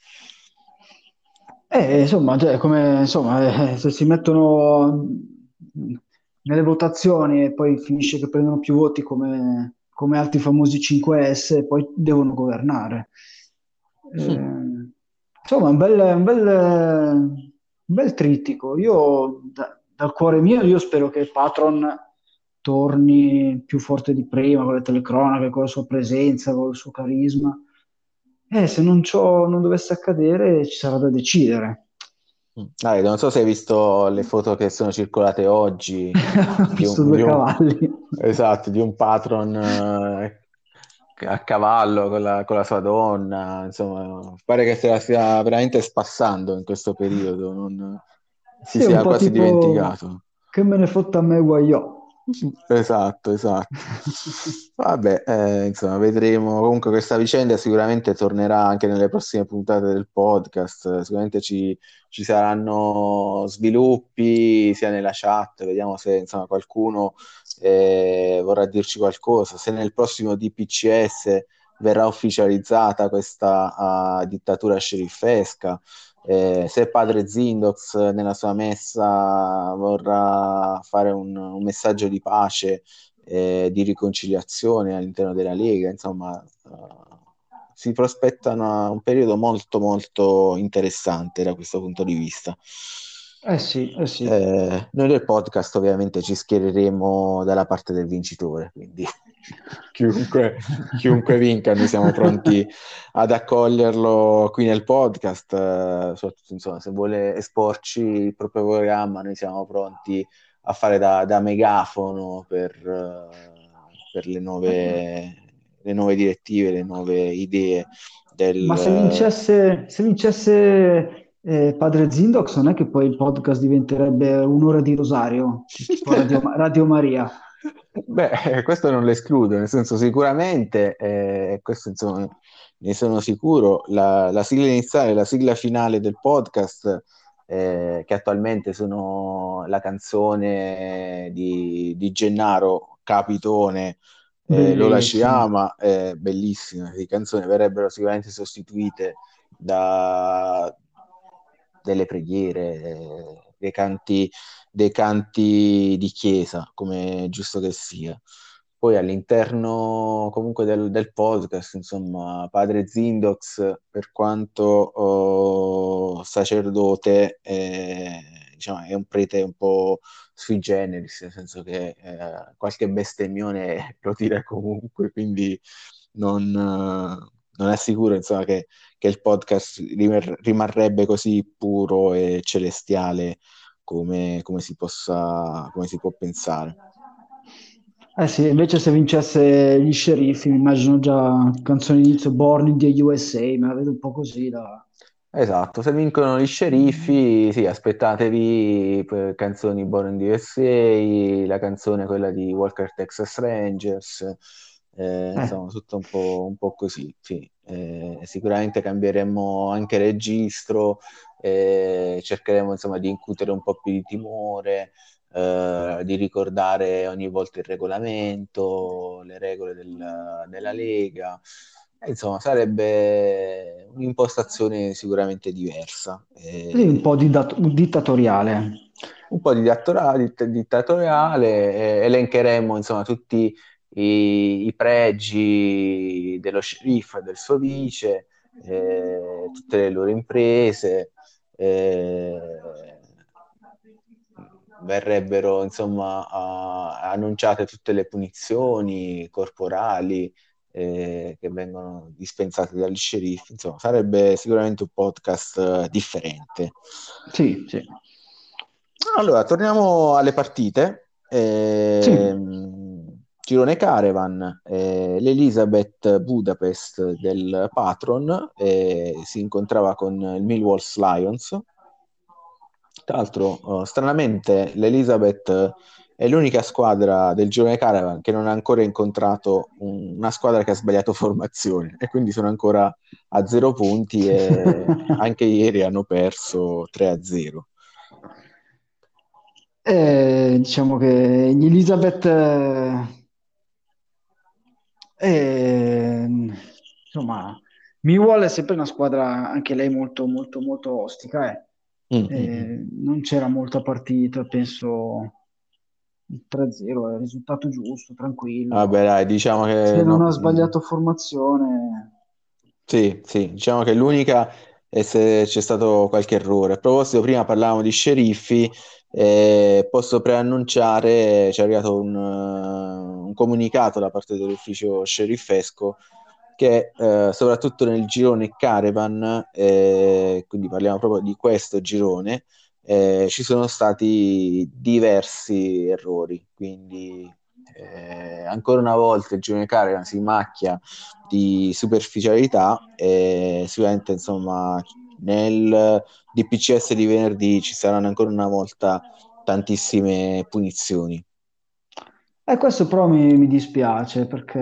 [SPEAKER 3] Insomma, cioè, se si mettono nelle votazioni e poi finisce che prendono più voti come altri famosi 5S e poi devono governare. Insomma, un bel trittico. Io, dal cuore mio, io spero che Patron torni più forte di prima, con le telecronache, con la sua presenza, con il suo carisma. Se non dovesse accadere, ci sarà da decidere.
[SPEAKER 2] Non so se hai visto le foto che sono circolate oggi
[SPEAKER 3] Ho visto due cavalli.
[SPEAKER 2] esatto, di un patron a cavallo con la sua donna, insomma, pare che se la stia veramente spassando in questo periodo, non si
[SPEAKER 3] Sì, un
[SPEAKER 2] sia
[SPEAKER 3] po'
[SPEAKER 2] quasi
[SPEAKER 3] tipo
[SPEAKER 2] dimenticato.
[SPEAKER 3] che me ne fotta a me guagliò.
[SPEAKER 2] Esatto, esatto. Vabbè, insomma, vedremo. Comunque questa vicenda sicuramente tornerà anche nelle prossime puntate del podcast. Sicuramente ci saranno sviluppi sia nella chat, vediamo se insomma, qualcuno vorrà dirci qualcosa. Se nel prossimo DPCS verrà ufficializzata questa dittatura sceriffesca, se padre Zindox nella sua messa vorrà fare un messaggio di pace, di riconciliazione all'interno della Lega, insomma, si prospetta un periodo molto molto interessante da questo punto di vista.
[SPEAKER 3] Sì, eh sì.
[SPEAKER 2] Noi del podcast ovviamente ci schiereremo dalla parte del vincitore, quindi chiunque vinca, noi siamo pronti ad accoglierlo qui nel podcast, soprattutto insomma, se vuole esporci il proprio programma, noi siamo pronti a fare da megafono per le nuove direttive, le nuove idee
[SPEAKER 3] Ma se
[SPEAKER 2] del...
[SPEAKER 3] vincesse Padre Zindox, non è che poi il podcast diventerebbe un'ora di rosario, tipo Radio Maria.
[SPEAKER 2] Beh, questo non lo escludo, nel senso sicuramente, questo insomma ne sono sicuro, la sigla iniziale e la sigla finale del podcast, che attualmente sono la canzone di Gennaro Capitone, Lola ci
[SPEAKER 3] Bellissimo.
[SPEAKER 2] ama, bellissime, di canzoni verrebbero sicuramente sostituite da delle preghiere, dei canti di chiesa, come è giusto che sia. Poi all'interno comunque del podcast, insomma, padre Zindox, per quanto sacerdote, diciamo, è un prete un po' sui generis, nel senso che qualche bestemmione lo tira comunque, quindi non è sicuro, insomma, che il podcast rimarrebbe così puro e celestiale come si può pensare.
[SPEAKER 3] Eh sì, invece se vincesse gli sceriffi, mi immagino già canzone inizio Born in the USA, me la vedo un po' così da...
[SPEAKER 2] Esatto, se vincono gli sceriffi, sì, aspettatevi canzoni Born in the USA, la canzone quella di Walker Texas Rangers,
[SPEAKER 3] Eh,
[SPEAKER 2] insomma, tutto un po' così, sì. Sicuramente cambieremo anche registro, cercheremo insomma di incutere un po' più di timore, di ricordare ogni volta il regolamento, le regole della Lega. Insomma, sarebbe un'impostazione sicuramente diversa.
[SPEAKER 3] Sì, un po' dittatoriale.
[SPEAKER 2] Un po' di dittatoriale, elencheremo insomma tutti i pregi dello sceriffo e del suo vice, tutte le loro imprese, eh, verrebbero insomma annunciate tutte le punizioni corporali che vengono dispensate dagli sceriffi. Insomma, sarebbe sicuramente un podcast differente.
[SPEAKER 3] Sì, sì.
[SPEAKER 2] Allora, torniamo alle partite.
[SPEAKER 3] Sì.
[SPEAKER 2] Girone Caravan, l'Elizabeth Budapest del Patron si incontrava con il Millwall Lions. Tra l'altro, stranamente, l'Elizabeth è l'unica squadra del girone Caravan che non ha ancora incontrato una squadra che ha sbagliato formazione e quindi sono ancora a 0 punti e anche ieri hanno perso 3-0.
[SPEAKER 3] Diciamo che gli Elizabeth, insomma, Millwall è sempre una squadra, anche lei molto, molto, molto ostica.
[SPEAKER 2] Mm, mm, mm.
[SPEAKER 3] Non c'era molta partita, penso 3-0, è il risultato giusto,
[SPEAKER 2] Vabbè,
[SPEAKER 3] tranquillo.
[SPEAKER 2] dai, diciamo che
[SPEAKER 3] Se non
[SPEAKER 2] no,
[SPEAKER 3] ha sbagliato formazione,
[SPEAKER 2] sì, sì, diciamo che l'unica è se c'è stato qualche errore. A proposito, prima parlavamo di sceriffi, posso preannunciare, ci è arrivato un comunicato da parte dell'ufficio sceriffesco che soprattutto nel girone Caravan, quindi parliamo proprio di questo girone, ci sono stati diversi errori, quindi ancora una volta il girone Caravan si macchia di superficialità e sicuramente insomma nel DPCS di venerdì ci saranno ancora una volta tantissime punizioni.
[SPEAKER 3] questo però mi dispiace perché,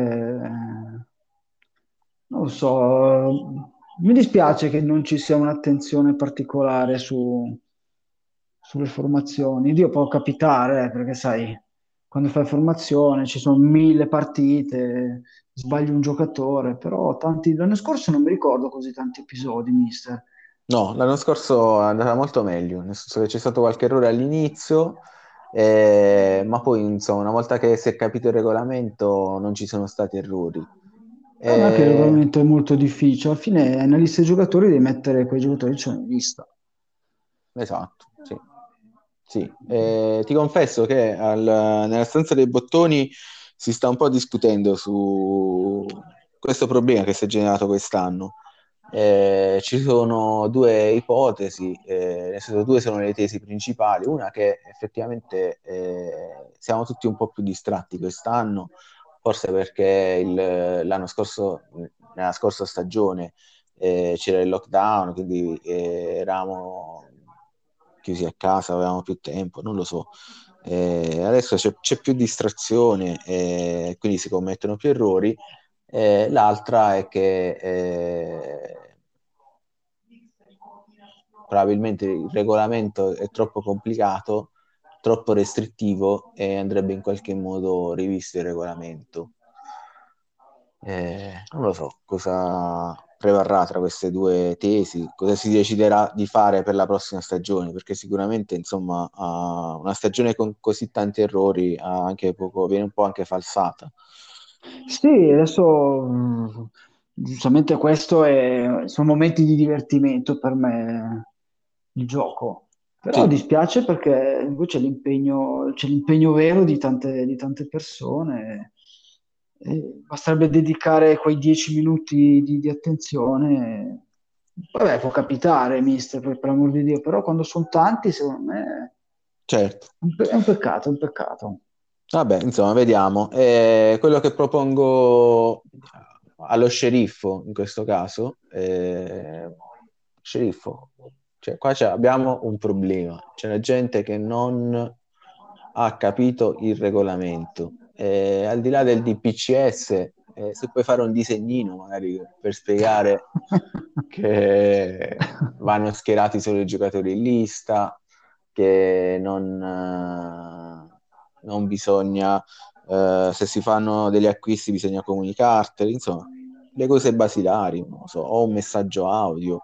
[SPEAKER 3] non lo so, mi dispiace che non ci sia un'attenzione particolare sulle formazioni. Dio può capitare, perché sai, quando fai formazione ci sono 1000 partite, sbagli un giocatore, però l'anno scorso non mi ricordo così tanti episodi, mister.
[SPEAKER 2] No, l'anno scorso è andata molto meglio, nel senso che c'è stato qualche errore all'inizio, ma poi insomma una volta che si è capito il regolamento non ci sono stati errori.
[SPEAKER 3] Non è che il
[SPEAKER 2] Eh,
[SPEAKER 3] regolamento è molto difficile, alla fine nella lista dei giocatori devi mettere quei giocatori che c'è in lista.
[SPEAKER 2] esatto, sì. Sì, ti confesso che nella stanza dei bottoni si sta un po' discutendo su questo problema che si è generato quest'anno. Ci sono due ipotesi, nel senso due sono le tesi principali. Una che effettivamente siamo tutti un po' più distratti quest'anno, forse perché l'anno scorso, nella scorsa stagione, c'era il lockdown, quindi eravamo chiusi a casa, avevamo più tempo, non lo so. Adesso c'è più distrazione, quindi si commettono più errori. L'altra è che probabilmente il regolamento è troppo complicato, troppo restrittivo e andrebbe in qualche modo rivisto il regolamento. Non lo so cosa prevarrà tra queste due tesi, cosa si deciderà di fare per la prossima stagione, perché sicuramente, insomma, una stagione con così tanti errori viene un po' anche falsata.
[SPEAKER 3] Sì, adesso giustamente sono momenti di divertimento per me il gioco, però
[SPEAKER 2] Sì,
[SPEAKER 3] dispiace perché poi c'è l'impegno vero di tante persone, e basterebbe dedicare quei 10 minuti di attenzione. Vabbè, può capitare, mister, per l'amor di Dio, però quando sono tanti, secondo me
[SPEAKER 2] certo.
[SPEAKER 3] è un peccato, è un peccato.
[SPEAKER 2] Vabbè, insomma, vediamo. Quello che propongo allo sceriffo, in questo caso, sceriffo, cioè qua abbiamo un problema. C'è la gente che non ha capito il regolamento. Al di là del DPCS, se puoi fare un disegnino magari per spiegare che vanno schierati solo i giocatori in lista, che non bisogna, se si fanno degli acquisti bisogna comunicarteli, insomma, le cose basilari, non lo so, o un messaggio audio,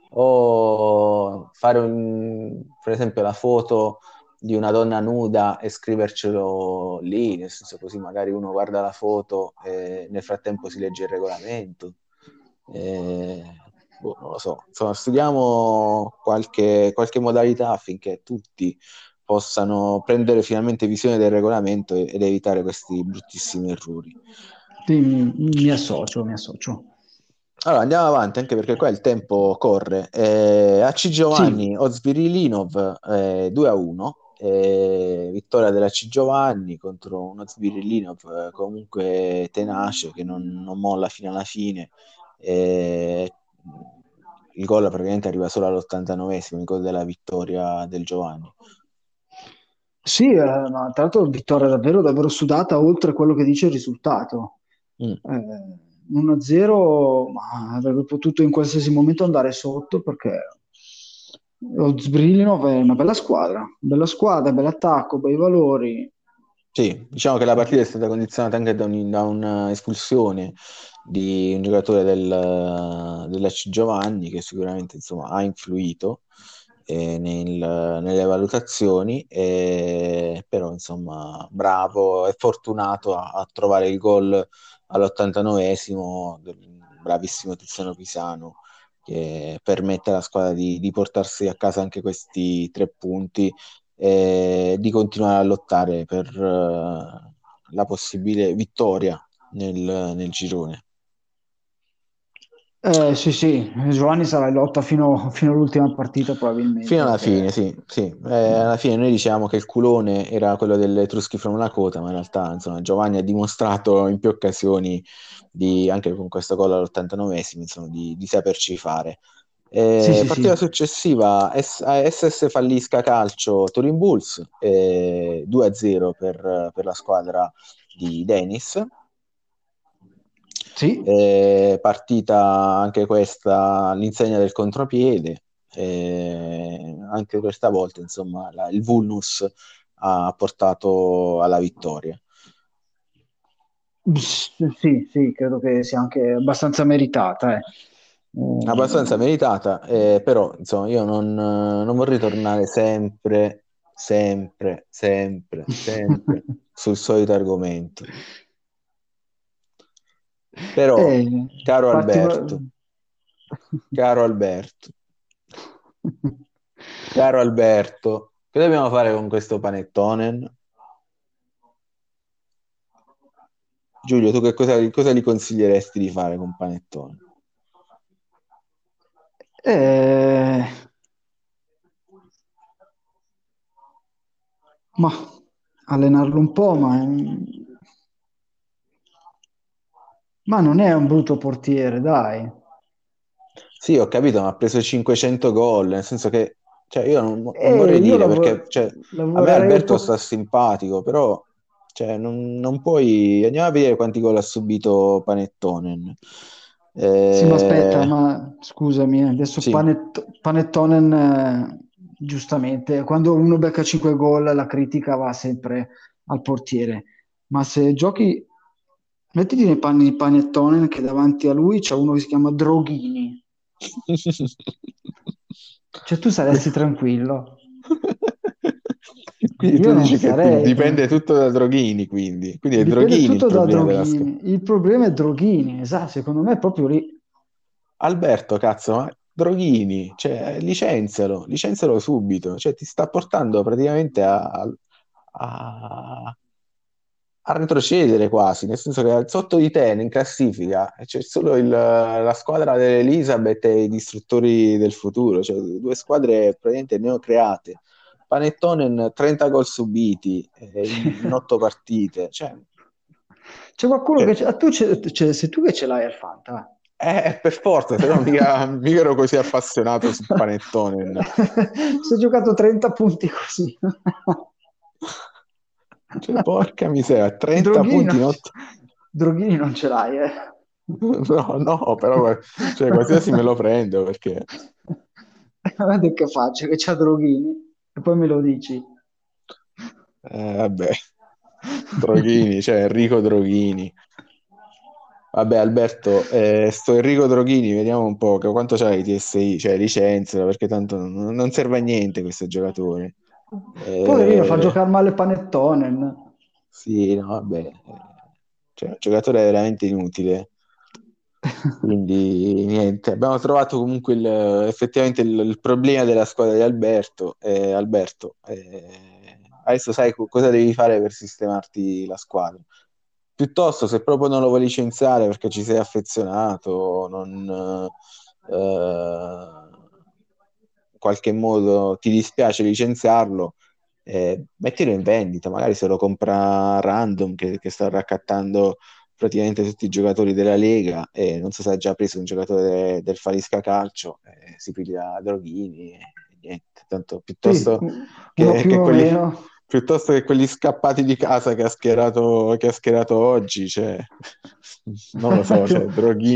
[SPEAKER 2] o fare per esempio la foto di una donna nuda e scrivercelo lì, nel senso così magari uno guarda la foto e nel frattempo si legge il regolamento. Eh, non lo so, insomma, studiamo qualche modalità affinché tutti possano prendere finalmente visione del regolamento ed evitare questi bruttissimi errori.
[SPEAKER 3] Sì, mi associo, mi associo.
[SPEAKER 2] Allora, andiamo avanti anche perché qua il tempo corre. AC
[SPEAKER 3] Sì,
[SPEAKER 2] Giovanni, Ozbirilinov 2-1. Vittoria dell'AC Giovanni contro uno Zbirilinov comunque tenace che non molla fino alla fine. Eh, il gol praticamente arriva solo all'89esimo, il gol della vittoria del Giovanni.
[SPEAKER 3] sì, ma tra l'altro vittoria davvero, davvero sudata, oltre quello che dice il risultato.
[SPEAKER 2] Mm.
[SPEAKER 3] 1-0, ma avrebbe potuto in qualsiasi momento andare sotto perché lo Zbrillinov è una bella squadra, bell'attacco, bei valori.
[SPEAKER 2] Sì, diciamo che la partita è stata condizionata anche da un'espulsione di un giocatore dell'AC Giovanni che sicuramente insomma, ha influito nelle valutazioni, però insomma bravo e fortunato a trovare il gol all'89esimo del bravissimo Tiziano Pisano che permette alla squadra di portarsi a casa anche questi 3 punti e di continuare a lottare per la possibile vittoria nel girone.
[SPEAKER 3] Sì, sì, Giovanni sarà in lotta fino all'ultima partita
[SPEAKER 2] Fino
[SPEAKER 3] probabilmente.
[SPEAKER 2] alla fine,
[SPEAKER 3] Perché...
[SPEAKER 2] sì, sì. Alla fine noi diciamo che il culone era quello delle Etruschi from Lakota, ma in realtà insomma, Giovanni ha dimostrato in più occasioni, anche con questo gol all'89esimo, insomma, di saperci fare.
[SPEAKER 3] Sì, sì,
[SPEAKER 2] Partita
[SPEAKER 3] sì.
[SPEAKER 2] successiva, SS Fallisca Calcio Turin Bulls, 2-0 per la squadra di Dennis.
[SPEAKER 3] Sì.
[SPEAKER 2] Partita anche questa all'insegna del contropiede. Anche questa volta, insomma, il Vulnus ha portato alla vittoria.
[SPEAKER 3] Sì, sì, credo che sia anche abbastanza meritata.
[SPEAKER 2] Abbastanza meritata, però insomma io non vorrei tornare sempre sul solito argomento. Però,
[SPEAKER 3] Eh,
[SPEAKER 2] caro
[SPEAKER 3] infatti,
[SPEAKER 2] Alberto, caro Alberto, caro Alberto, che dobbiamo fare con questo panettone? Giulio, tu cosa gli consiglieresti di fare con panettone?
[SPEAKER 3] eh, ma allenarlo un po', ma non è un brutto portiere, dai.
[SPEAKER 2] Sì, ho capito, ma ha preso 500 gol, nel senso che, cioè, io non vorrei
[SPEAKER 3] Io
[SPEAKER 2] dire perché, cioè, a me
[SPEAKER 3] lavorerei un
[SPEAKER 2] Alberto sta
[SPEAKER 3] po'.
[SPEAKER 2] simpatico, però, cioè, non puoi, andiamo a vedere quanti gol ha subito Panettonen.
[SPEAKER 3] Sì, ma aspetta,
[SPEAKER 2] Eh,
[SPEAKER 3] ma scusami, adesso
[SPEAKER 2] sì,
[SPEAKER 3] Panettonen, giustamente, quando uno becca 5 gol, la critica va sempre al portiere. Ma se giochi, mettiti nei panni di Panettonen che davanti a lui c'è uno che si chiama Droghini. Cioè tu saresti tranquillo.
[SPEAKER 2] Quindi tu
[SPEAKER 3] Io non
[SPEAKER 2] dici che
[SPEAKER 3] sarei
[SPEAKER 2] dipende
[SPEAKER 3] tranquillo.
[SPEAKER 2] tutto da Droghini, quindi è
[SPEAKER 3] Dipende
[SPEAKER 2] Droghini il
[SPEAKER 3] tutto da
[SPEAKER 2] problema della squadra.
[SPEAKER 3] Droghini. Il problema è Droghini, esatto, secondo me è proprio lì.
[SPEAKER 2] Alberto, cazzo, ma Droghini, cioè, licenzialo subito, cioè, ti sta portando praticamente a- a retrocedere quasi, nel senso che sotto di te in classifica c'è solo la squadra dell'Elizabeth e i distruttori del futuro, cioè 2 squadre praticamente neocreate. Panettone 30 gol subiti in 8 partite,
[SPEAKER 3] C'è qualcuno
[SPEAKER 2] cioè,
[SPEAKER 3] che... sei tu che ce l'hai al Fanta.
[SPEAKER 2] per forza, se no mica ero così appassionato su Panettone.
[SPEAKER 3] Si è giocato 30 punti così.
[SPEAKER 2] Cioè, porca miseria, 30
[SPEAKER 3] Droghini
[SPEAKER 2] punti
[SPEAKER 3] non,
[SPEAKER 2] in 8.
[SPEAKER 3] Droghini non ce l'hai, eh.
[SPEAKER 2] No, no, però cioè, qualsiasi me lo prendo perché
[SPEAKER 3] Guarda che faccia che c'ha Droghini. e poi me lo dici.
[SPEAKER 2] Vabbè, Droghini, cioè Enrico Droghini. Vabbè, Alberto, sto Enrico Droghini, vediamo un po' quanto c'hai di TSI, cioè licenza, perché tanto non serve a niente questo giocatore.
[SPEAKER 3] Poverino, fa
[SPEAKER 2] Eh,
[SPEAKER 3] giocare male Panettonen.
[SPEAKER 2] sì, no, vabbè, cioè, un giocatore veramente inutile. Quindi niente, abbiamo trovato comunque effettivamente il problema della squadra di Alberto. Alberto, adesso sai cosa devi fare per sistemarti la squadra. Piuttosto, se proprio non lo vuoi licenziare perché ci sei affezionato, non, in qualche modo ti dispiace licenziarlo, mettilo in vendita, magari se lo compra Random che sta raccattando praticamente tutti i giocatori della Lega e non so se ha già preso un giocatore del Falisca Calcio, si piglia Droghini e niente, tanto
[SPEAKER 3] Sì, uno più
[SPEAKER 2] che
[SPEAKER 3] o
[SPEAKER 2] quelli,
[SPEAKER 3] meno.
[SPEAKER 2] piuttosto che quelli scappati di casa che ha schierato oggi, cioè, non lo so, cioè,
[SPEAKER 3] Più-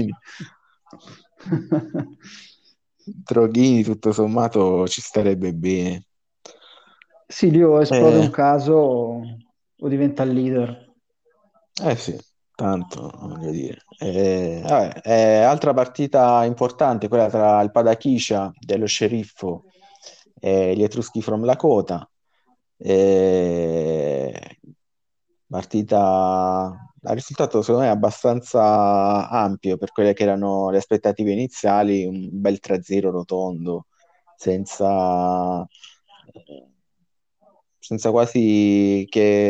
[SPEAKER 2] Droghini tutto sommato ci starebbe bene.
[SPEAKER 3] Sì, lì o esplode
[SPEAKER 2] Eh,
[SPEAKER 3] un caso o diventa il leader.
[SPEAKER 2] Eh sì, tanto voglio dire. Vabbè, altra partita importante, quella tra il Padachiscia dello Sceriffo e gli Etruschi from Lakota. Eh, partita, il risultato secondo me è abbastanza ampio per quelle che erano le aspettative iniziali, un bel 3-0 rotondo, senza, senza quasi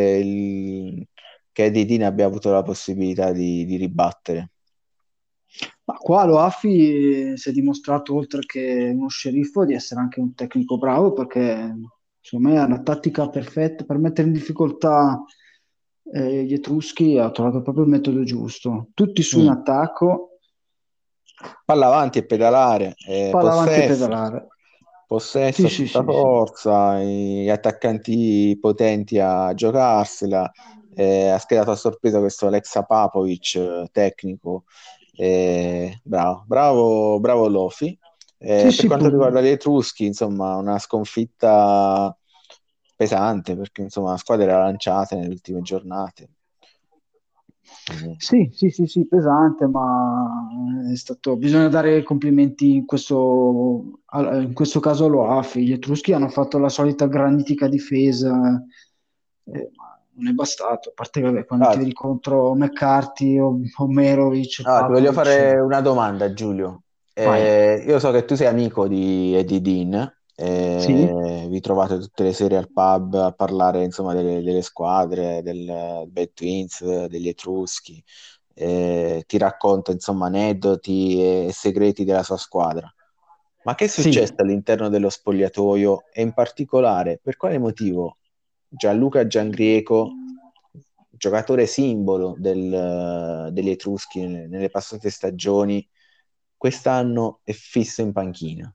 [SPEAKER 2] che Eddie Dean abbia avuto la possibilità di ribattere.
[SPEAKER 3] Ma qua lo Affi si è dimostrato, oltre che uno sceriffo, di essere anche un tecnico bravo perché secondo me ha una tattica perfetta per mettere in difficoltà gli Etruschi, ha trovato proprio il metodo giusto. Tutti su in
[SPEAKER 2] Mm.
[SPEAKER 3] attacco,
[SPEAKER 2] Palla avanti e pedalare,
[SPEAKER 3] palla avanti e pedalare.
[SPEAKER 2] possesso
[SPEAKER 3] Sì,
[SPEAKER 2] a
[SPEAKER 3] sì,
[SPEAKER 2] tutta
[SPEAKER 3] sì, sì.
[SPEAKER 2] forza, gli attaccanti potenti a giocarsela. Ha schiedato a sorpresa questo Alexa Papovic, tecnico. Bravo, bravo, bravo Lofi.
[SPEAKER 3] Sì,
[SPEAKER 2] Per
[SPEAKER 3] sì,
[SPEAKER 2] quanto riguarda gli Etruschi, insomma, una sconfitta pesante perché insomma la squadra era lanciata nelle ultime giornate. Eh,
[SPEAKER 3] sì, sì, sì, sì, pesante, ma è stato... bisogna dare complimenti in questo caso allo AFI. Gli Etruschi hanno fatto la solita granitica difesa, ma non è bastato. A parte che vabbè, quando ti
[SPEAKER 2] ah,
[SPEAKER 3] vedi contro McCarthy o Merovic e
[SPEAKER 2] Ti voglio
[SPEAKER 3] Papovic,
[SPEAKER 2] fare una domanda, Giulio.
[SPEAKER 3] vai.
[SPEAKER 2] Io so che tu sei amico di Eddie Dean,
[SPEAKER 3] Sì?
[SPEAKER 2] vi trovate tutte le sere al pub a parlare insomma delle squadre, del Bad Twins, degli Etruschi, ti racconta insomma aneddoti e segreti della sua squadra. Ma che è
[SPEAKER 3] Sì.
[SPEAKER 2] successo all'interno dello spogliatoio e in particolare per quale motivo Gianluca Giangrieco, giocatore simbolo degli Etruschi nelle passate stagioni, quest'anno è fisso in panchina?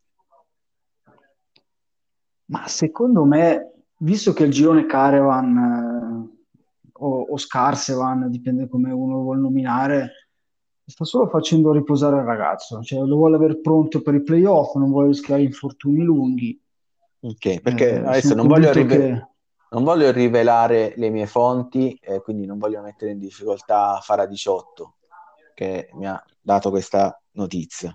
[SPEAKER 3] Ma secondo me, visto che il girone Caravan o Scarsevan, dipende come uno lo vuole nominare, sta solo facendo riposare il ragazzo, cioè lo vuole avere pronto per i playoff, non vuole rischiare infortuni lunghi.
[SPEAKER 2] Ok, perché adesso
[SPEAKER 3] Sono convinto che
[SPEAKER 2] non voglio rivelare le mie fonti, quindi non voglio mettere in difficoltà Fara 18, che mi ha dato questa notizia.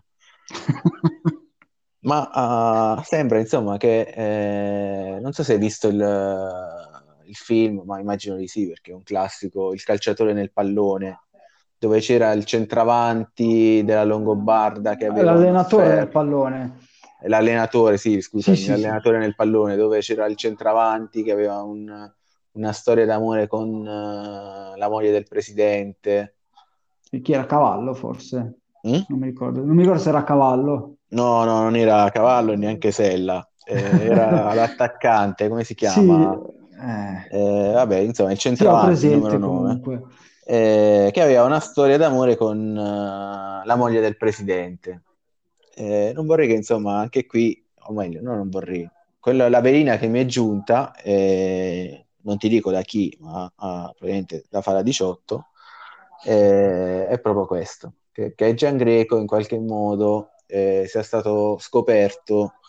[SPEAKER 2] Ma sembra insomma che non so se hai visto il film, ma immagino di sì, perché è un classico, Il calciatore nel pallone, dove c'era il centravanti della Longobarda che aveva uno
[SPEAKER 3] l'allenatore del
[SPEAKER 2] sfermo,
[SPEAKER 3] pallone.
[SPEAKER 2] l'allenatore, sì,
[SPEAKER 3] Sì,
[SPEAKER 2] scusami,
[SPEAKER 3] sì, sì.
[SPEAKER 2] l'allenatore nel pallone, dove c'era il centravanti che aveva una storia d'amore con la moglie del presidente.
[SPEAKER 3] E chi era Cavallo, forse?
[SPEAKER 2] Mm?
[SPEAKER 3] Non mi ricordo. Non mi ricordo se era Cavallo.
[SPEAKER 2] No, no, non era Cavallo e neanche Sella, era l'attaccante, come si
[SPEAKER 3] Sì,
[SPEAKER 2] chiama? Vabbè, insomma, il
[SPEAKER 3] sì, ho
[SPEAKER 2] centravanti, il numero
[SPEAKER 3] presente
[SPEAKER 2] 9,
[SPEAKER 3] comunque.
[SPEAKER 2] che aveva una storia d'amore con la moglie del presidente. Non vorrei che, insomma, anche qui, o meglio, no, non vorrei. La velina che mi è giunta, non ti dico da chi, ma probabilmente da Fara 18, è proprio questo, che Gian Greco in qualche modo sia stato scoperto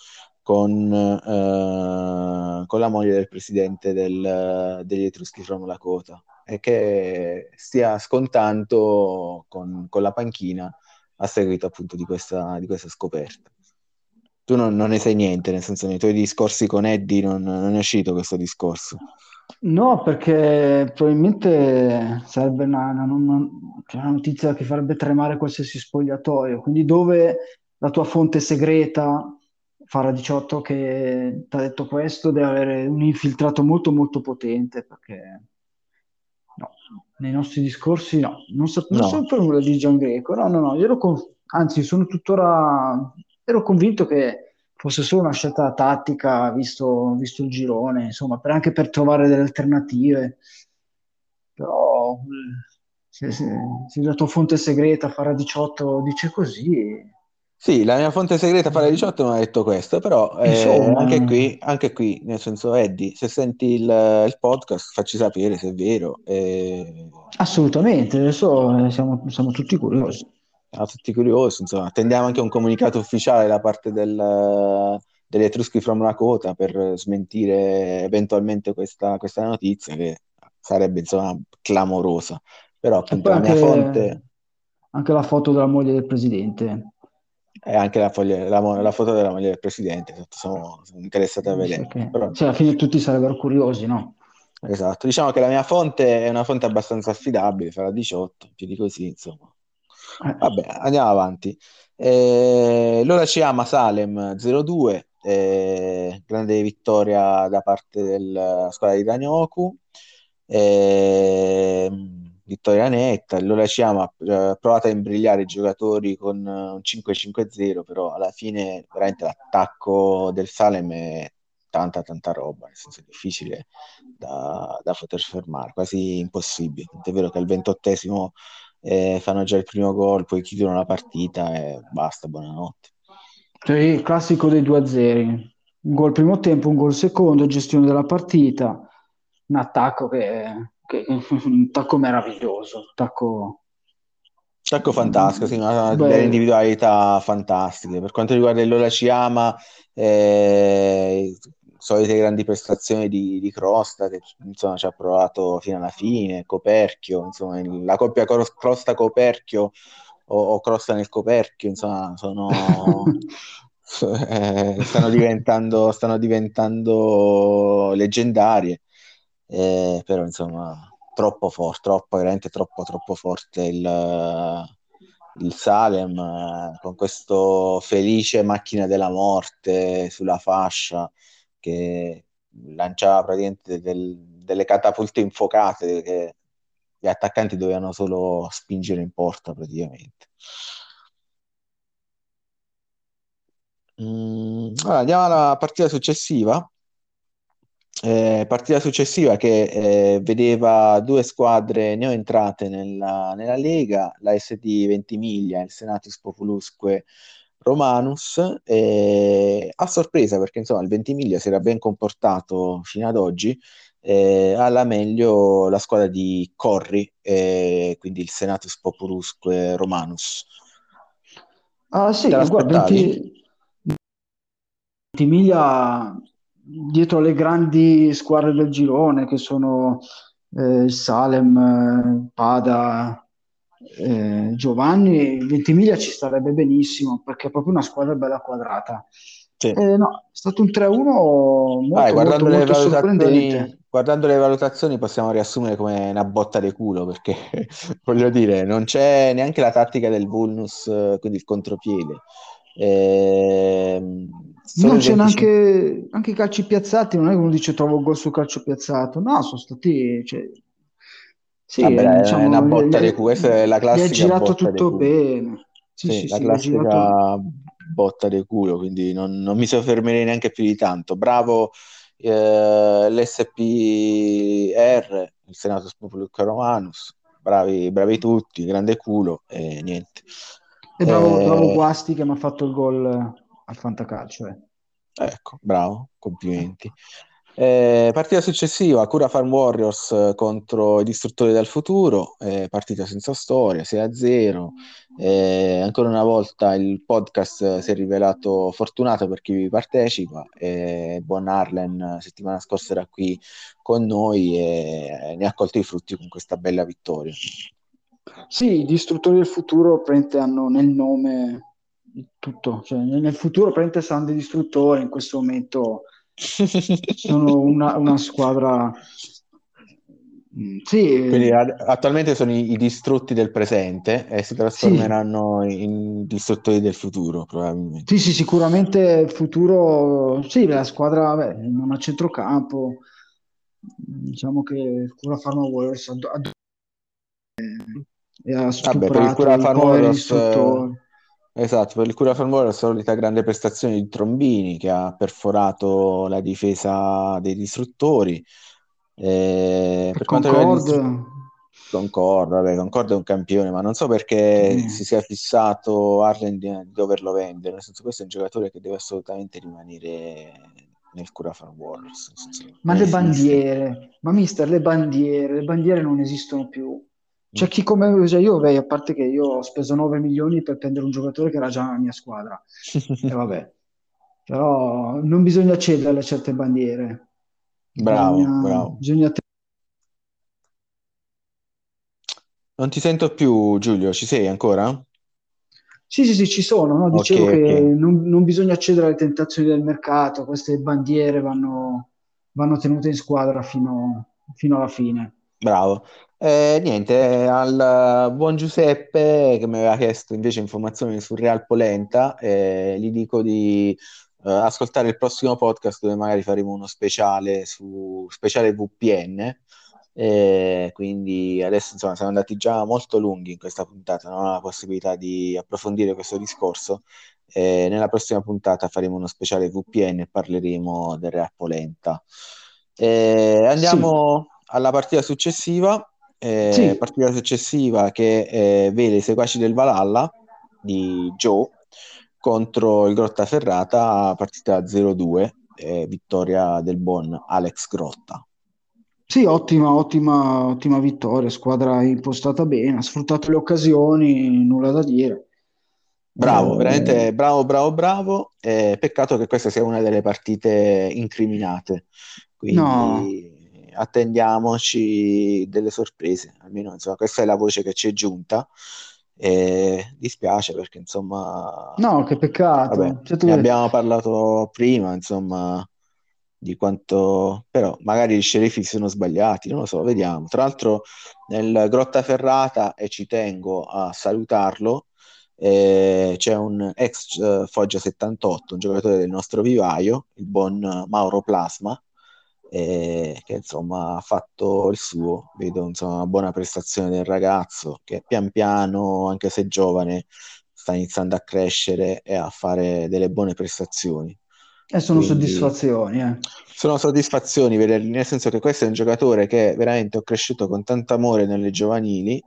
[SPEAKER 2] con la moglie del presidente degli Etruschi from Lakota e che stia scontando con la panchina a seguito appunto di questa scoperta. Tu non ne sai niente, nel senso nei tuoi discorsi con Eddie non è uscito questo discorso.
[SPEAKER 3] No, perché probabilmente sarebbe cioè una notizia che farebbe tremare qualsiasi spogliatoio. Quindi dove la tua fonte segreta, Fara 18, che ti ha detto questo, deve avere un infiltrato molto molto potente, perché no, nei nostri discorsi no, non so
[SPEAKER 2] No,
[SPEAKER 3] per nulla di Gian Greco, no, no, no, anzi sono tuttora, ero convinto che fosse solo una scelta tattica, visto il girone, insomma, anche per trovare delle alternative, però se la tua fonte segreta, Fara 18, dice così,
[SPEAKER 2] sì, la mia fonte segreta Fara 18 mi ha detto questo, però anche
[SPEAKER 3] insomma,
[SPEAKER 2] qui, nel senso, Eddie, se senti il podcast, facci sapere se è vero.
[SPEAKER 3] assolutamente, adesso siamo tutti curiosi.
[SPEAKER 2] Siamo tutti curiosi, insomma, attendiamo anche un comunicato ufficiale da parte degli Etruschi from Lakota per smentire eventualmente questa notizia che sarebbe, insomma, clamorosa. Però
[SPEAKER 3] E
[SPEAKER 2] appunto
[SPEAKER 3] poi
[SPEAKER 2] la mia fonte
[SPEAKER 3] anche la foto della moglie del presidente.
[SPEAKER 2] è anche la foto della moglie del presidente, esatto, sono interessato a
[SPEAKER 3] Dice
[SPEAKER 2] vederla.
[SPEAKER 3] che,
[SPEAKER 2] Però,
[SPEAKER 3] cioè, alla fine tutti sarebbero curiosi, no?
[SPEAKER 2] esatto, diciamo che la mia fonte è una fonte abbastanza affidabile, farà 18, più di così, insomma.
[SPEAKER 3] Eh,
[SPEAKER 2] Vabbè, andiamo avanti. L'ora ci ama Salem 0-2, grande vittoria da parte della squadra di Danyoku, vittoria netta. L'ora ci ama provato a imbrigliare i giocatori con un 5-5-0, però alla fine veramente l'attacco del Salem è tanta tanta roba, nel senso è difficile da poter fermare, quasi impossibile. Tant'è vero che al 28esimo fanno già il primo gol, poi chiudono la partita e basta, buonanotte.
[SPEAKER 3] cioè, il classico dei 2-0. Un gol primo tempo, un gol secondo, gestione della partita, un attacco un attacco meraviglioso, un attacco
[SPEAKER 2] Attacco fantastico, sì, delle
[SPEAKER 3] beh,
[SPEAKER 2] individualità fantastiche. Per quanto riguarda il Lola Ciama, solite grandi prestazioni di Crosta, che insomma ci ha provato fino alla fine, Coperchio, insomma, la coppia Crosta-Coperchio o Crosta nel Coperchio, insomma, stanno diventando leggendarie. Però insomma troppo forte, veramente troppo forte il Salem con questo felice macchina della morte sulla fascia che lanciava praticamente delle catapulte infuocate che gli attaccanti dovevano solo spingere in porta praticamente. Allora, andiamo alla partita successiva che vedeva due squadre neoentrate nella Lega, la SD Ventimiglia e il Senatus Populusque Romanus, a sorpresa perché insomma il Ventimiglia si era ben comportato fino ad oggi, alla meglio la squadra di Corri, quindi il Senatus Populusque Romanus.
[SPEAKER 3] ah
[SPEAKER 2] Te
[SPEAKER 3] sì, guarda,
[SPEAKER 2] l'aspettavi?
[SPEAKER 3] Ventimiglia dietro le grandi squadre del girone che sono il Salem, Pada, Giovanni, Ventimiglia ci starebbe benissimo perché è proprio una squadra bella quadrata.
[SPEAKER 2] Sì.
[SPEAKER 3] No, è stato un 3-1
[SPEAKER 2] Vai,
[SPEAKER 3] molto molto molto sorprendente.
[SPEAKER 2] guardando le valutazioni possiamo riassumere come una botta di culo, perché voglio dire, non c'è neanche la tattica del vulnus, quindi il contropiede. Solo
[SPEAKER 3] Non
[SPEAKER 2] il
[SPEAKER 3] c'è
[SPEAKER 2] 25.
[SPEAKER 3] neanche anche i calci piazzati, non è che uno dice trovo gol sul calcio piazzato, no, sono stati, cioè, sì,
[SPEAKER 2] Vabbè, dai, è una
[SPEAKER 3] diciamo,
[SPEAKER 2] botta di culo, questa è la
[SPEAKER 3] gli è
[SPEAKER 2] classica
[SPEAKER 3] girato
[SPEAKER 2] botta di
[SPEAKER 3] tutto
[SPEAKER 2] culo.
[SPEAKER 3] bene. Sì,
[SPEAKER 2] Sì,
[SPEAKER 3] sì,
[SPEAKER 2] la
[SPEAKER 3] sì, gli è girato.
[SPEAKER 2] classica botta di culo, quindi non mi soffermerei neanche più di tanto. Bravo l'SPR, il Senato Populus Romanus, bravi, bravi tutti, grande culo e niente.
[SPEAKER 3] E bravo
[SPEAKER 2] Eh,
[SPEAKER 3] Guasti che mi ha fatto il gol al Fantacalcio.
[SPEAKER 2] ecco, bravo, complimenti. Partita successiva, Cura Farm Warriors contro i Distruttori del Futuro, partita senza storia, 6-0. Ancora una volta il podcast si è rivelato fortunato per chi vi partecipa. Buon Arlen settimana scorsa era qui con noi e ne ha colto i frutti con questa bella vittoria.
[SPEAKER 3] Sì, i distruttori del futuro praticamente hanno nel nome tutto, cioè nel futuro praticamente saranno dei distruttori, in questo momento sono una squadra,
[SPEAKER 2] Quindi
[SPEAKER 3] sì,
[SPEAKER 2] attualmente sono i distrutti del presente e si
[SPEAKER 3] sì,
[SPEAKER 2] trasformeranno in distruttori del futuro, probabilmente.
[SPEAKER 3] sì, sì, sicuramente il futuro, sì, la squadra, vabbè, non ha centrocampo, diciamo che Cura Farma Warriors ha
[SPEAKER 2] Vabbè, per il
[SPEAKER 3] stuprato
[SPEAKER 2] Cura
[SPEAKER 3] i
[SPEAKER 2] Farm
[SPEAKER 3] poveri
[SPEAKER 2] Warriors,
[SPEAKER 3] distruttori.
[SPEAKER 2] esatto, per il Cura Farm Warriors, solita grande prestazione di Trombini che ha perforato la difesa dei distruttori.
[SPEAKER 3] E
[SPEAKER 2] Per quanto riguarda i
[SPEAKER 3] Concord,
[SPEAKER 2] distruttori, Concordo, vabbè, Concordo è un campione, ma non so perché
[SPEAKER 3] sì.
[SPEAKER 2] si sia fissato Arlen di doverlo vendere, nel senso questo è un giocatore che deve assolutamente rimanere nel Cura Farm Warriors, nel senso
[SPEAKER 3] Ma
[SPEAKER 2] non
[SPEAKER 3] le
[SPEAKER 2] esiste.
[SPEAKER 3] bandiere, ma mister, le bandiere non esistono più.
[SPEAKER 2] Mm.
[SPEAKER 3] C'è chi come, cioè io, a parte che io ho speso 9 milioni per prendere un giocatore che era già nella mia squadra, e vabbè, però non bisogna cedere a certe bandiere,
[SPEAKER 2] Bravo, bravo.
[SPEAKER 3] bisogna
[SPEAKER 2] Non ti sento più, Giulio, ci sei ancora?
[SPEAKER 3] Sì, sì, sì, ci sono, no?
[SPEAKER 2] Ok,
[SPEAKER 3] Dicevo che
[SPEAKER 2] ok,
[SPEAKER 3] non bisogna cedere alle tentazioni del mercato, queste bandiere vanno tenute in squadra fino alla fine.
[SPEAKER 2] bravo. Niente, al buon Giuseppe che mi aveva chiesto invece informazioni sul Real Polenta, gli dico di ascoltare il prossimo podcast dove magari faremo uno speciale su speciale VPN. Quindi adesso insomma siamo andati già molto lunghi in questa puntata, non ho la possibilità di approfondire questo discorso. Nella prossima puntata faremo uno speciale VPN e parleremo del Real Polenta.
[SPEAKER 3] Sì,
[SPEAKER 2] Andiamo alla
[SPEAKER 3] sì,
[SPEAKER 2] partita successiva che vede i seguaci del Valhalla di Joe contro il Grottaferrata, partita 0-2, vittoria del buon Alex Grotta.
[SPEAKER 3] sì, ottima, ottima, ottima vittoria, squadra impostata bene, ha sfruttato le occasioni, nulla da dire.
[SPEAKER 2] Bravo,
[SPEAKER 3] Eh,
[SPEAKER 2] veramente bravo, bravo, bravo. Peccato che questa sia una delle partite incriminate,
[SPEAKER 3] no,
[SPEAKER 2] quindi attendiamoci delle sorprese. Almeno, insomma, questa è la voce che ci è giunta. Dispiace perché, insomma,
[SPEAKER 3] no, che
[SPEAKER 2] vabbè,
[SPEAKER 3] peccato. Cioè,
[SPEAKER 2] ne abbiamo parlato prima, insomma, di quanto, però magari gli sceriffi si sono sbagliati, non lo so, vediamo. Tra l'altro, nel Grottaferrata, e ci tengo a salutarlo, c'è un ex Foggia 78, un giocatore del nostro vivaio, il buon Mauro Plasma, che insomma ha fatto il suo. Vedo insomma una buona prestazione del ragazzo che pian piano, anche se giovane, sta iniziando a crescere e a fare delle buone prestazioni.
[SPEAKER 3] sono
[SPEAKER 2] Quindi
[SPEAKER 3] soddisfazioni,
[SPEAKER 2] sono soddisfazioni vederli, nel senso che questo è un giocatore che veramente ho cresciuto con tanto amore nelle giovanili.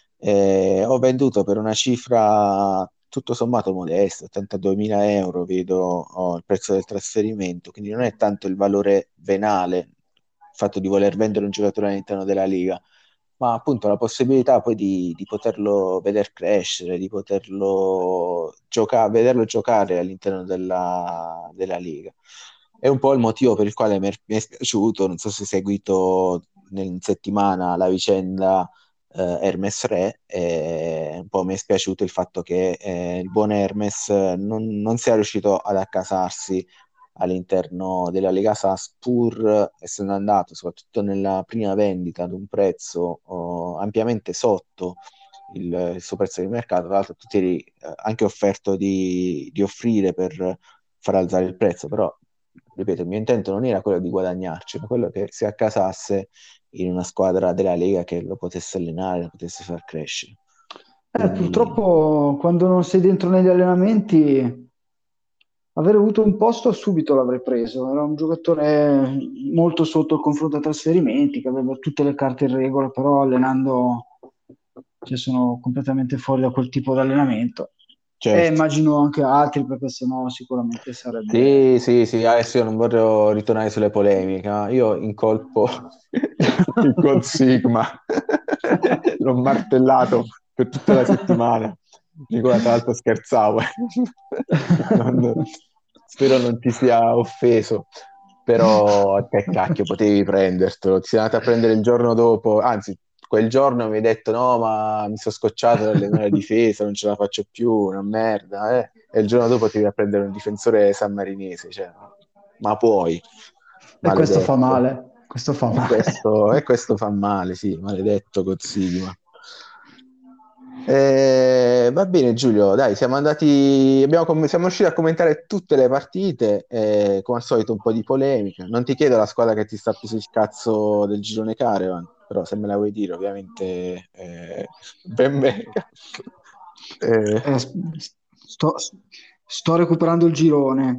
[SPEAKER 2] Ho venduto per una cifra tutto sommato modesta, 82.000 euro, vedo il prezzo del trasferimento, quindi non è tanto il valore venale, il fatto di voler vendere un giocatore all'interno della Liga, ma appunto la possibilità poi di poterlo veder crescere, di poterlo giocare, vederlo giocare all'interno della Liga. È un po' il motivo per il quale mi è spiaciuto, non so se hai seguito in settimana la vicenda Hermes Re, un po' mi è spiaciuto il fatto che il buon Hermes non sia riuscito ad accasarsi all'interno della Lega SAS, pur essendo andato soprattutto nella prima vendita ad un prezzo ampiamente sotto il suo prezzo di mercato. Tra l'altro, tu ti eri anche offerto di offrire per far alzare il prezzo, però ripeto, il mio intento non era quello di guadagnarci, ma quello che si accasasse in una squadra della Lega che lo potesse allenare, lo potesse far crescere. Quindi,
[SPEAKER 3] purtroppo quando non sei dentro negli allenamenti, aver avuto un posto subito l'avrei preso. Era un giocatore molto sotto il confronto a trasferimenti, che aveva tutte le carte in regola, però allenando, cioè, sono completamente fuori da quel tipo di allenamento.
[SPEAKER 2] certo.
[SPEAKER 3] Immagino anche altri, perché sennò sicuramente sarebbe...
[SPEAKER 2] Sì, adesso io non vorrei ritornare sulle polemiche, ma io incolpo il Code Sigma, l'ho martellato per tutta la settimana. Nicola, tra l'altro scherzavo, Non- spero non ti sia offeso, però te cacchio potevi prendertelo, ti sei andato a prendere il giorno dopo, anzi quel giorno mi hai detto no ma mi sono scocciato dalle mie difesa, non ce la faccio più, una merda, e il giorno dopo ti devi a prendere un difensore sammarinese, cioè, ma puoi,
[SPEAKER 3] E questo fa
[SPEAKER 2] maledetto.
[SPEAKER 3] male, questo fa
[SPEAKER 2] E
[SPEAKER 3] male.
[SPEAKER 2] questo fa male, sì, maledetto Cozigma. Va bene Giulio, dai, siamo riusciti a commentare tutte le partite, come al solito un po' di polemica. Non ti chiedo la squadra che ti sta più sul cazzo del girone Carevan, però se me la vuoi dire ovviamente ben venga. Eh,
[SPEAKER 3] Eh, sto, sto recuperando il girone.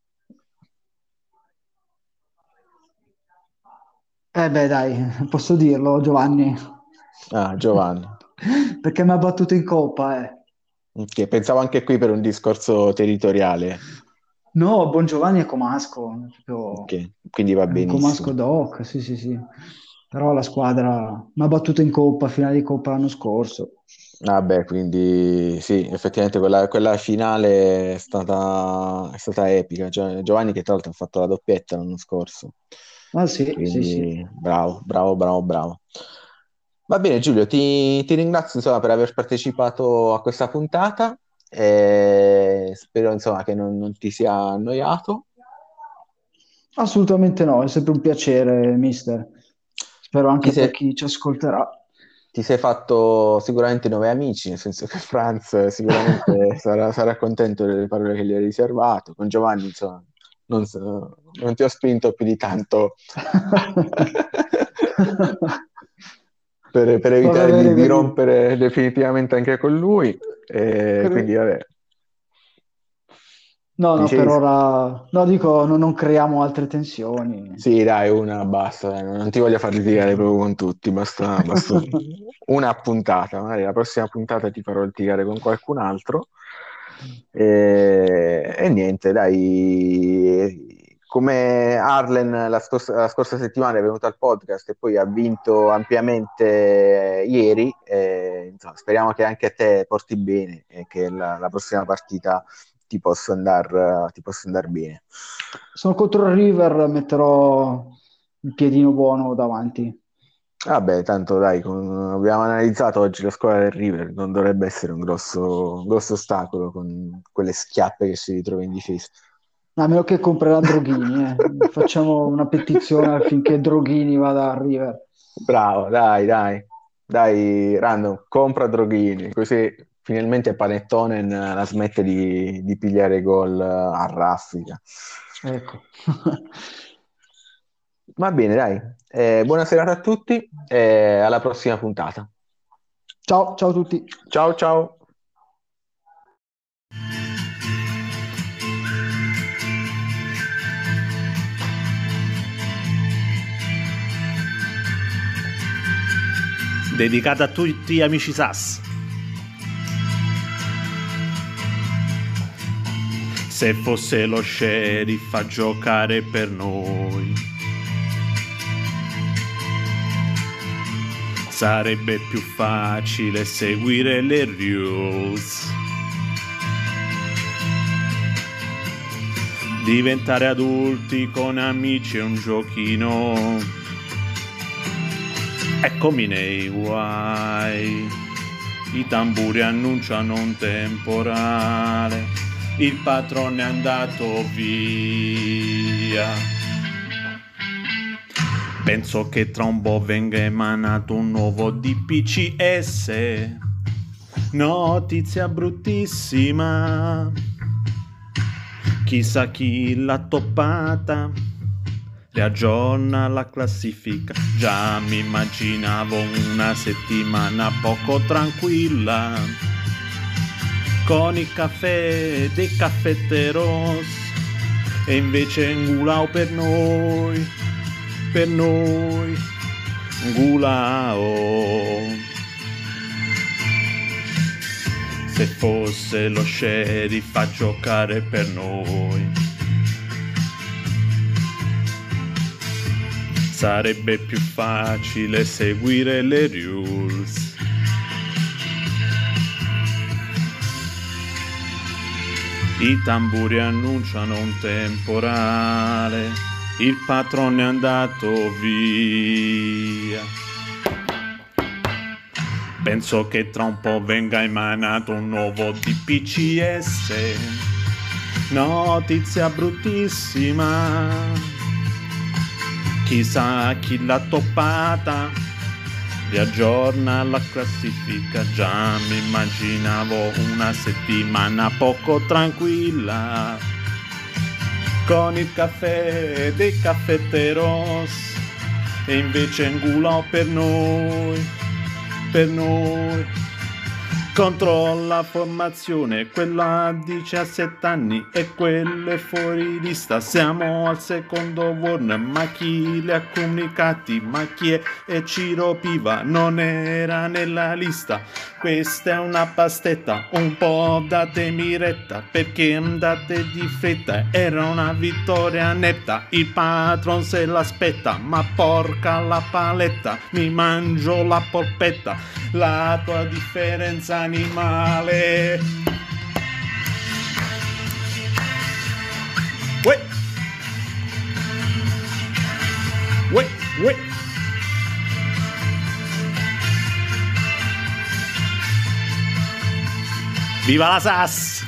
[SPEAKER 3] Beh, dai, posso dirlo, Giovanni.
[SPEAKER 2] Giovanni,
[SPEAKER 3] Perché mi ha battuto in coppa, eh.
[SPEAKER 2] che pensavo anche qui per un discorso territoriale,
[SPEAKER 3] No, Buon Giovanni è comasco, proprio...
[SPEAKER 2] quindi va
[SPEAKER 3] è un comasco
[SPEAKER 2] benissimo.
[SPEAKER 3] doc, sì, sì, sì. Però la squadra mi ha battuto in coppa, finale di coppa l'anno scorso.
[SPEAKER 2] Vabbè, quindi sì, effettivamente quella finale è stata epica. Giovanni che tra l'altro ha fatto la doppietta l'anno scorso,
[SPEAKER 3] Ah, sì, sì, sì.
[SPEAKER 2] quindi bravo, bravo, bravo, bravo. Va bene Giulio, ti ringrazio insomma per aver partecipato a questa puntata e spero insomma che non ti sia annoiato.
[SPEAKER 3] Assolutamente no, è sempre un piacere, mister. Spero
[SPEAKER 2] Ti
[SPEAKER 3] anche per
[SPEAKER 2] sei,
[SPEAKER 3] chi ci ascolterà.
[SPEAKER 2] ti sei fatto sicuramente nuovi amici, nel senso che Franz sicuramente sarà contento delle parole che gli hai riservato. Con Giovanni, insomma, non ti ho spinto più di tanto per
[SPEAKER 3] Va
[SPEAKER 2] evitare di,
[SPEAKER 3] bene
[SPEAKER 2] di
[SPEAKER 3] così.
[SPEAKER 2] rompere definitivamente anche con lui. E quindi, vabbè,
[SPEAKER 3] No, no, per
[SPEAKER 2] dicevi,
[SPEAKER 3] ora... No, dico, non creiamo altre tensioni.
[SPEAKER 2] sì, dai, una basta, dai, non ti voglio far litigare proprio con tutti, basta una puntata, magari la prossima puntata ti farò litigare con qualcun altro. E niente, dai, come Arlen la scorsa settimana è venuto al podcast e poi ha vinto ampiamente ieri, insomma, speriamo che anche a te porti bene e che la prossima partita ti possa andare bene.
[SPEAKER 3] Sono contro il River, metterò il piedino buono davanti.
[SPEAKER 2] Vabbè, tanto dai, abbiamo analizzato oggi la squadra del River, non dovrebbe essere un grosso ostacolo con quelle schiappe che si ritrova in difesa.
[SPEAKER 3] A meno che comprerà Droghini, eh. Facciamo una petizione affinché Droghini vada a River.
[SPEAKER 2] Bravo, dai, Random, compra Droghini, così finalmente Panettonen la smette di pigliare gol a raffica.
[SPEAKER 3] Ecco.
[SPEAKER 2] Va bene, dai, buona serata a tutti e alla prossima puntata.
[SPEAKER 3] Ciao, ciao a tutti.
[SPEAKER 2] Ciao, ciao.
[SPEAKER 1] Dedicata a tutti amici SAS. Se fosse lo sheriff a giocare per noi, sarebbe più facile seguire le rules. Diventare adulti con amici è un giochino. Eccomi nei guai, i tamburi annunciano un temporale, il patrone è andato via. Penso che tra un po' venga emanato un nuovo DPCS, notizia bruttissima, chissà chi l'ha toppata. Riaggiorna la classifica, già mi immaginavo una settimana poco tranquilla, con il caffè dei caffetteros, e invece Ngulao per noi, Ngulao. Se se fosse lo sheriff a giocare per noi. Sarebbe più facile seguire le rules. I tamburi annunciano un temporale, il patrono è andato via. Penso che tra un po' venga emanato un nuovo DPCS. Notizia bruttissima, chissà chi l'ha toppata, riaggiorna la classifica. Già mi immaginavo una settimana poco tranquilla, con il caffè dei caffetteros, e invece Angulo per noi. Contro la formazione, quella a 17 anni e quelle fuori lista. Siamo al secondo warn, ma chi li ha comunicati? Ma chi è? E Ciro Piva non era nella lista. Questa è una pastetta, un po' datemi retta, perché andate di fretta, era una vittoria netta. Il patron se l'aspetta, ma porca la paletta, mi mangio la polpetta, la tua differenza animale. Uè. Uè, uè. Viva la SAS!